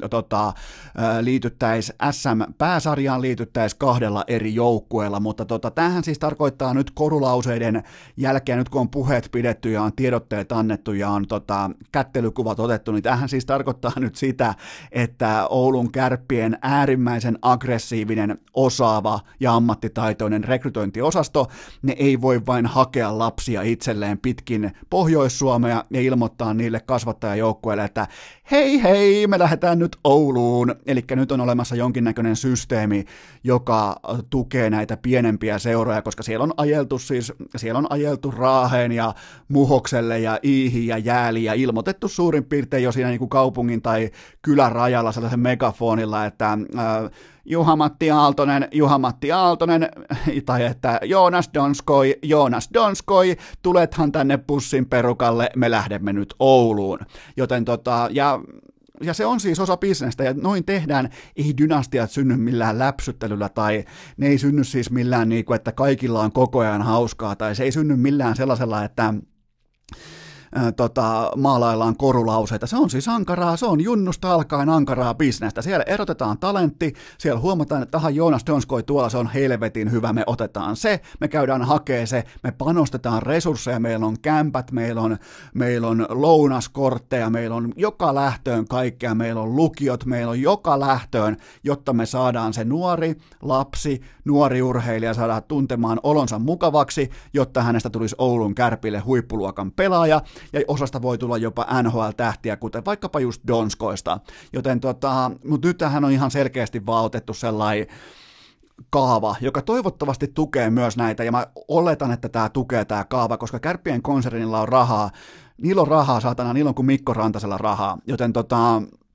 liityttäisiin SM-pääsarjaan, liityttäisiin 2 eri joukkueella, mutta tämähän siis tarkoittaa nyt korulauseiden jälkeen, nyt kun on puheet pidetty ja on tiedotteet annettu ja on kättelykuvat otettu, niin tämähän siis tarkoittaa nyt sitä, että Oulun Kärppien äärimmäisen aggressiivinen, osaava ja ammattitaitoinen rekrytointiosasto, ne ei voi vain hakea lapsia itselleen pitkin Pohjois-Suomea ja ilmoittaa niille kasvattajajoukkueille, että hei, me lähdetään nyt Ouluun. Eli nyt on olemassa jonkinnäköinen systeemi, joka tukee näitä pienempiä seuroja, koska siellä on ajeltu Raaheen ja Muhokselle ja Iihin ja Jääliin ja ilmoitettu suurin piirtein jo siinä niin kuin kaupungin tai kylän rajalla sellaisen megafonilla, että Juha-Matti Aaltonen, tai että Joonas Donskoi, tulethan tänne bussin perukalle, me lähdemme nyt Ouluun. Joten ja se on siis osa bisnestä, ja noin tehdään, ei dynastiat synny millään läpsyttelyllä, tai ne ei synny siis millään niin kuin, että kaikilla on koko ajan hauskaa, tai se ei synny millään sellaisella, että maalaillaan korulauseita. Se on siis ankaraa, se on junnusta alkaen ankaraa bisnestä. Siellä erotetaan talentti, siellä huomataan, että Joonas Donskoi tuolla, se on helvetin hyvä, me otetaan se, me käydään hakee se, me panostetaan resursseja, meillä on kämpät, meillä on lounaskortteja, meillä on joka lähtöön kaikkea, meillä on lukiot, meillä on joka lähtöön, jotta me saadaan se nuori urheilija saadaan tuntemaan olonsa mukavaksi, jotta hänestä tulisi Oulun Kärpille huippuluokan pelaaja, ja osasta voi tulla jopa NHL-tähtiä, kuten vaikkapa just Donskoista. Joten mutta nyt tähän on ihan selkeästi vaan otettu sellainen kaava, joka toivottavasti tukee myös näitä, ja mä oletan, että tämä tukee tämä kaava, koska Kärppien konsernilla on rahaa, niillä on rahaa, saatana, niillä on kuin Mikko Rantasella rahaa, joten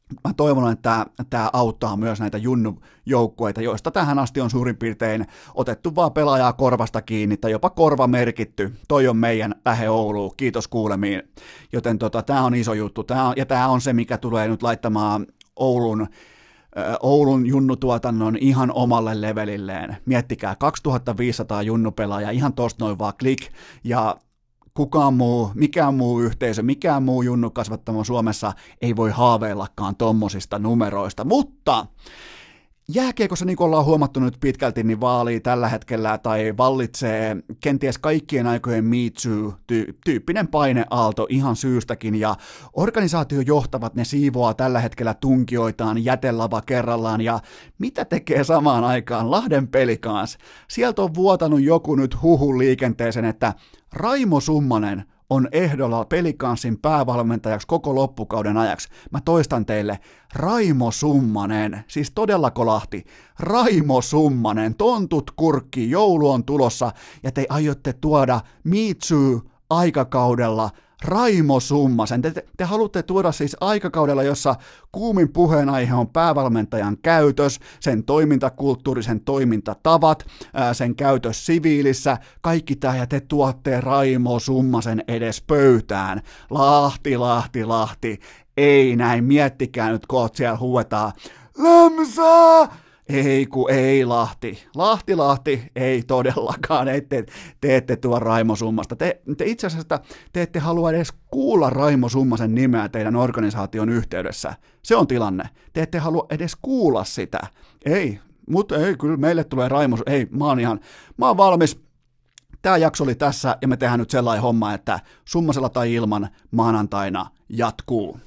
mä toivon, että tämä auttaa myös näitä junnujoukkueita, joista tähän asti on suurin piirtein otettu vaan pelaajaa korvasta kiinni tai jopa korva merkitty. Toi on meidän lähe Ouluun, kiitos kuulemiin. Joten tämä on iso juttu, tämä on se, mikä tulee nyt laittamaan Oulun junnutuotannon ihan omalle levelilleen. Miettikää, 2500 junnupelaajaa, ihan tosta noin vaan klik, ja mikään muu yhteisö, mikään muu junnukasvattamo Suomessa ei voi haaveillakaan tommosista numeroista, mutta jääkiekossa, niin kuin ollaan huomattu nyt pitkälti, niin vaalii tällä hetkellä tai vallitsee kenties kaikkien aikojen Me Too-tyyppinen paineaalto ihan syystäkin, ja organisaatiojohtavat ne siivoaa tällä hetkellä tunkioitaan jätelava kerrallaan, ja mitä tekee samaan aikaan Lahden Pelicans? Sieltä on vuotanut joku nyt huhun liikenteeseen, että Raimo Summanen on ehdolla Pelicansin päävalmentajaksi koko loppukauden ajaksi. Mä toistan teille, Raimo Summanen, siis todella kolahti, Raimo Summanen, tontut kurkki, joulu on tulossa ja te aiotte tuoda Me Too-aikakaudella Raimo Summasen. Te haluatte tuoda siis aikakaudella, jossa kuumin puheenaihe on päävalmentajan käytös, sen toimintakulttuuri, sen toimintatavat, sen käytös siviilissä, kaikki tämä, ja te tuotte Raimo Summasen edes pöytään. Lahti, ei näin, miettikää nyt, kun siellä huuetaan, Lämsää! Ei Lahti, ei todellakaan, te ette tuo Raimo Summasta. Te itse asiassa te ette halua edes kuulla Raimo Summasen nimeä teidän organisaation yhteydessä. Se on tilanne. Te ette halua edes kuulla sitä. Mutta kyllä meille tulee Raimo, mä oon valmis. Tämä jakso oli tässä ja me tehdään nyt sellainen homma, että Summasella tai ilman maanantaina jatkuu.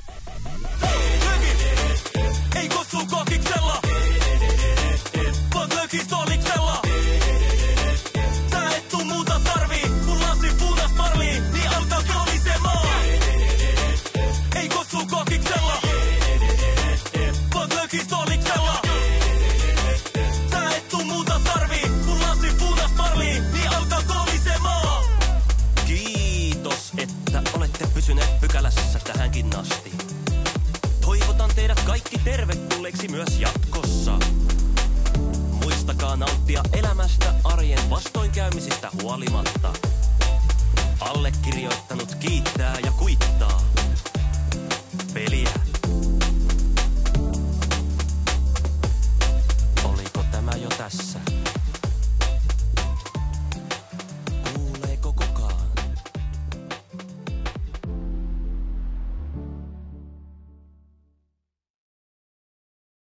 Ei kutsu kokiksella, vaan lökistoliksella. Sä et tuu muuta tarvii, kun lasin punas marlii, niin alkaa kolisemaan. Ei kutsu kokiksella, vaan lökistoliksella. Sä et tuu muuta tarvii, kun lasin punas marlii, niin alkaa kolisemaan. Kiitos, että olette pysyneet pykälässä tähänkin asti. Toivotan teidät kaikki tervetulleiksi myös jatkossa. Muistakaa nauttia elämästä arjen vastoinkäymisistä huolimatta. Allekirjoittanut kiittää ja kuittaa. Peliä. Oliko tämä jo tässä?